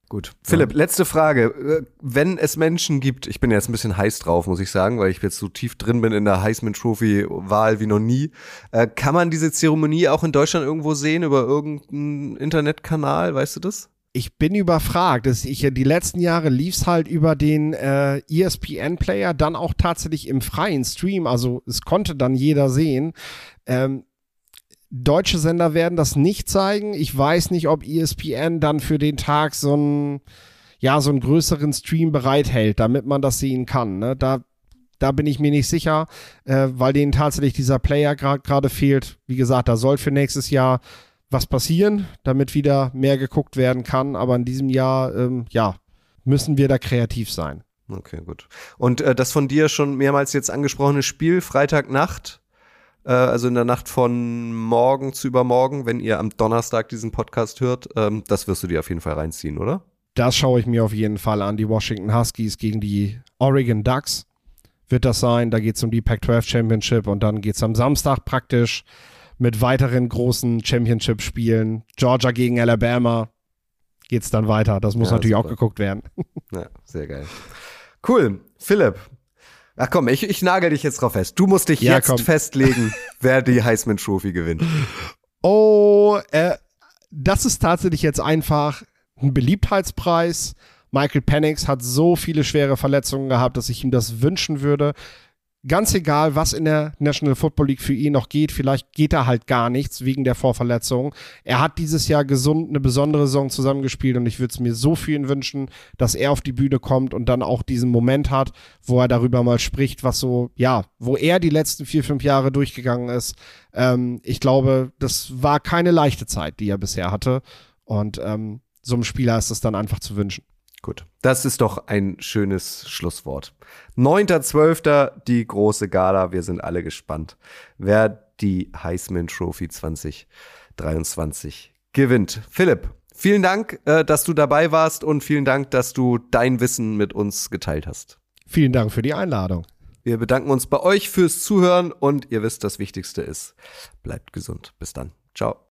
Gut. Philipp, ja. letzte Frage. Wenn es Menschen gibt, ich bin jetzt ein bisschen heiß drauf, muss ich sagen, weil ich jetzt so tief drin bin in der Heisman Trophy-Wahl wie noch nie. Äh, kann man diese Zeremonie auch in Deutschland irgendwo sehen über irgendeinen Internetkanal, weißt du das? Ich bin überfragt. Das, ich, die letzten Jahre lief es halt über den äh, E S P N-Player, dann auch tatsächlich im freien Stream, also es konnte dann jeder sehen. Ähm, Deutsche Sender werden das nicht zeigen. Ich weiß nicht, ob E S P N dann für den Tag so einen, ja, so einen größeren Stream bereithält, damit man das sehen kann. Ne? Da, da bin ich mir nicht sicher, äh, weil denen tatsächlich dieser Player gerade gra- fehlt. Wie gesagt, da soll für nächstes Jahr was passieren, damit wieder mehr geguckt werden kann. Aber in diesem Jahr, ähm, ja, müssen wir da kreativ sein. Okay, gut. Und äh, das von dir schon mehrmals jetzt angesprochene Spiel, Freitagnacht, also in der Nacht von morgen zu übermorgen, wenn ihr am Donnerstag diesen Podcast hört, ähm, das wirst du dir auf jeden Fall reinziehen, oder? Das schaue ich mir auf jeden Fall an. Die Washington Huskies gegen die Oregon Ducks wird das sein. Da geht es um die Pac zwölf Championship und dann geht es am Samstag praktisch mit weiteren großen Championship-Spielen. Georgia gegen Alabama geht es dann weiter. Das muss ja, natürlich super. Auch geguckt werden. Ja, sehr geil. Cool. Philipp. Ach komm, ich, ich nagel dich jetzt drauf fest. Du musst dich ja, jetzt komm. festlegen, wer die Heisman Trophy gewinnt. Oh, äh, das ist tatsächlich jetzt einfach ein Beliebtheitspreis. Michael Penix hat so viele schwere Verletzungen gehabt, dass ich ihm das wünschen würde. Ganz egal, was in der National Football League für ihn noch geht, vielleicht geht da halt gar nichts wegen der Vorverletzung. Er hat dieses Jahr gesund eine besondere Saison zusammengespielt und ich würde es mir so für ihn wünschen, dass er auf die Bühne kommt und dann auch diesen Moment hat, wo er darüber mal spricht, was so, ja, wo er die letzten vier, fünf Jahre durchgegangen ist. Ähm, ich glaube, das war keine leichte Zeit, die er bisher hatte und ähm, so einem Spieler ist es dann einfach zu wünschen. Gut, das ist doch ein schönes Schlusswort. neunter zwölfter die große Gala. Wir sind alle gespannt, wer die Heisman Trophy zwanzig dreiundzwanzig gewinnt. Philipp, vielen Dank, äh, dass du dabei warst und vielen Dank, dass du dein Wissen mit uns geteilt hast. Vielen Dank für die Einladung. Wir bedanken uns bei euch fürs Zuhören und ihr wisst, das Wichtigste ist, bleibt gesund. Bis dann. Ciao.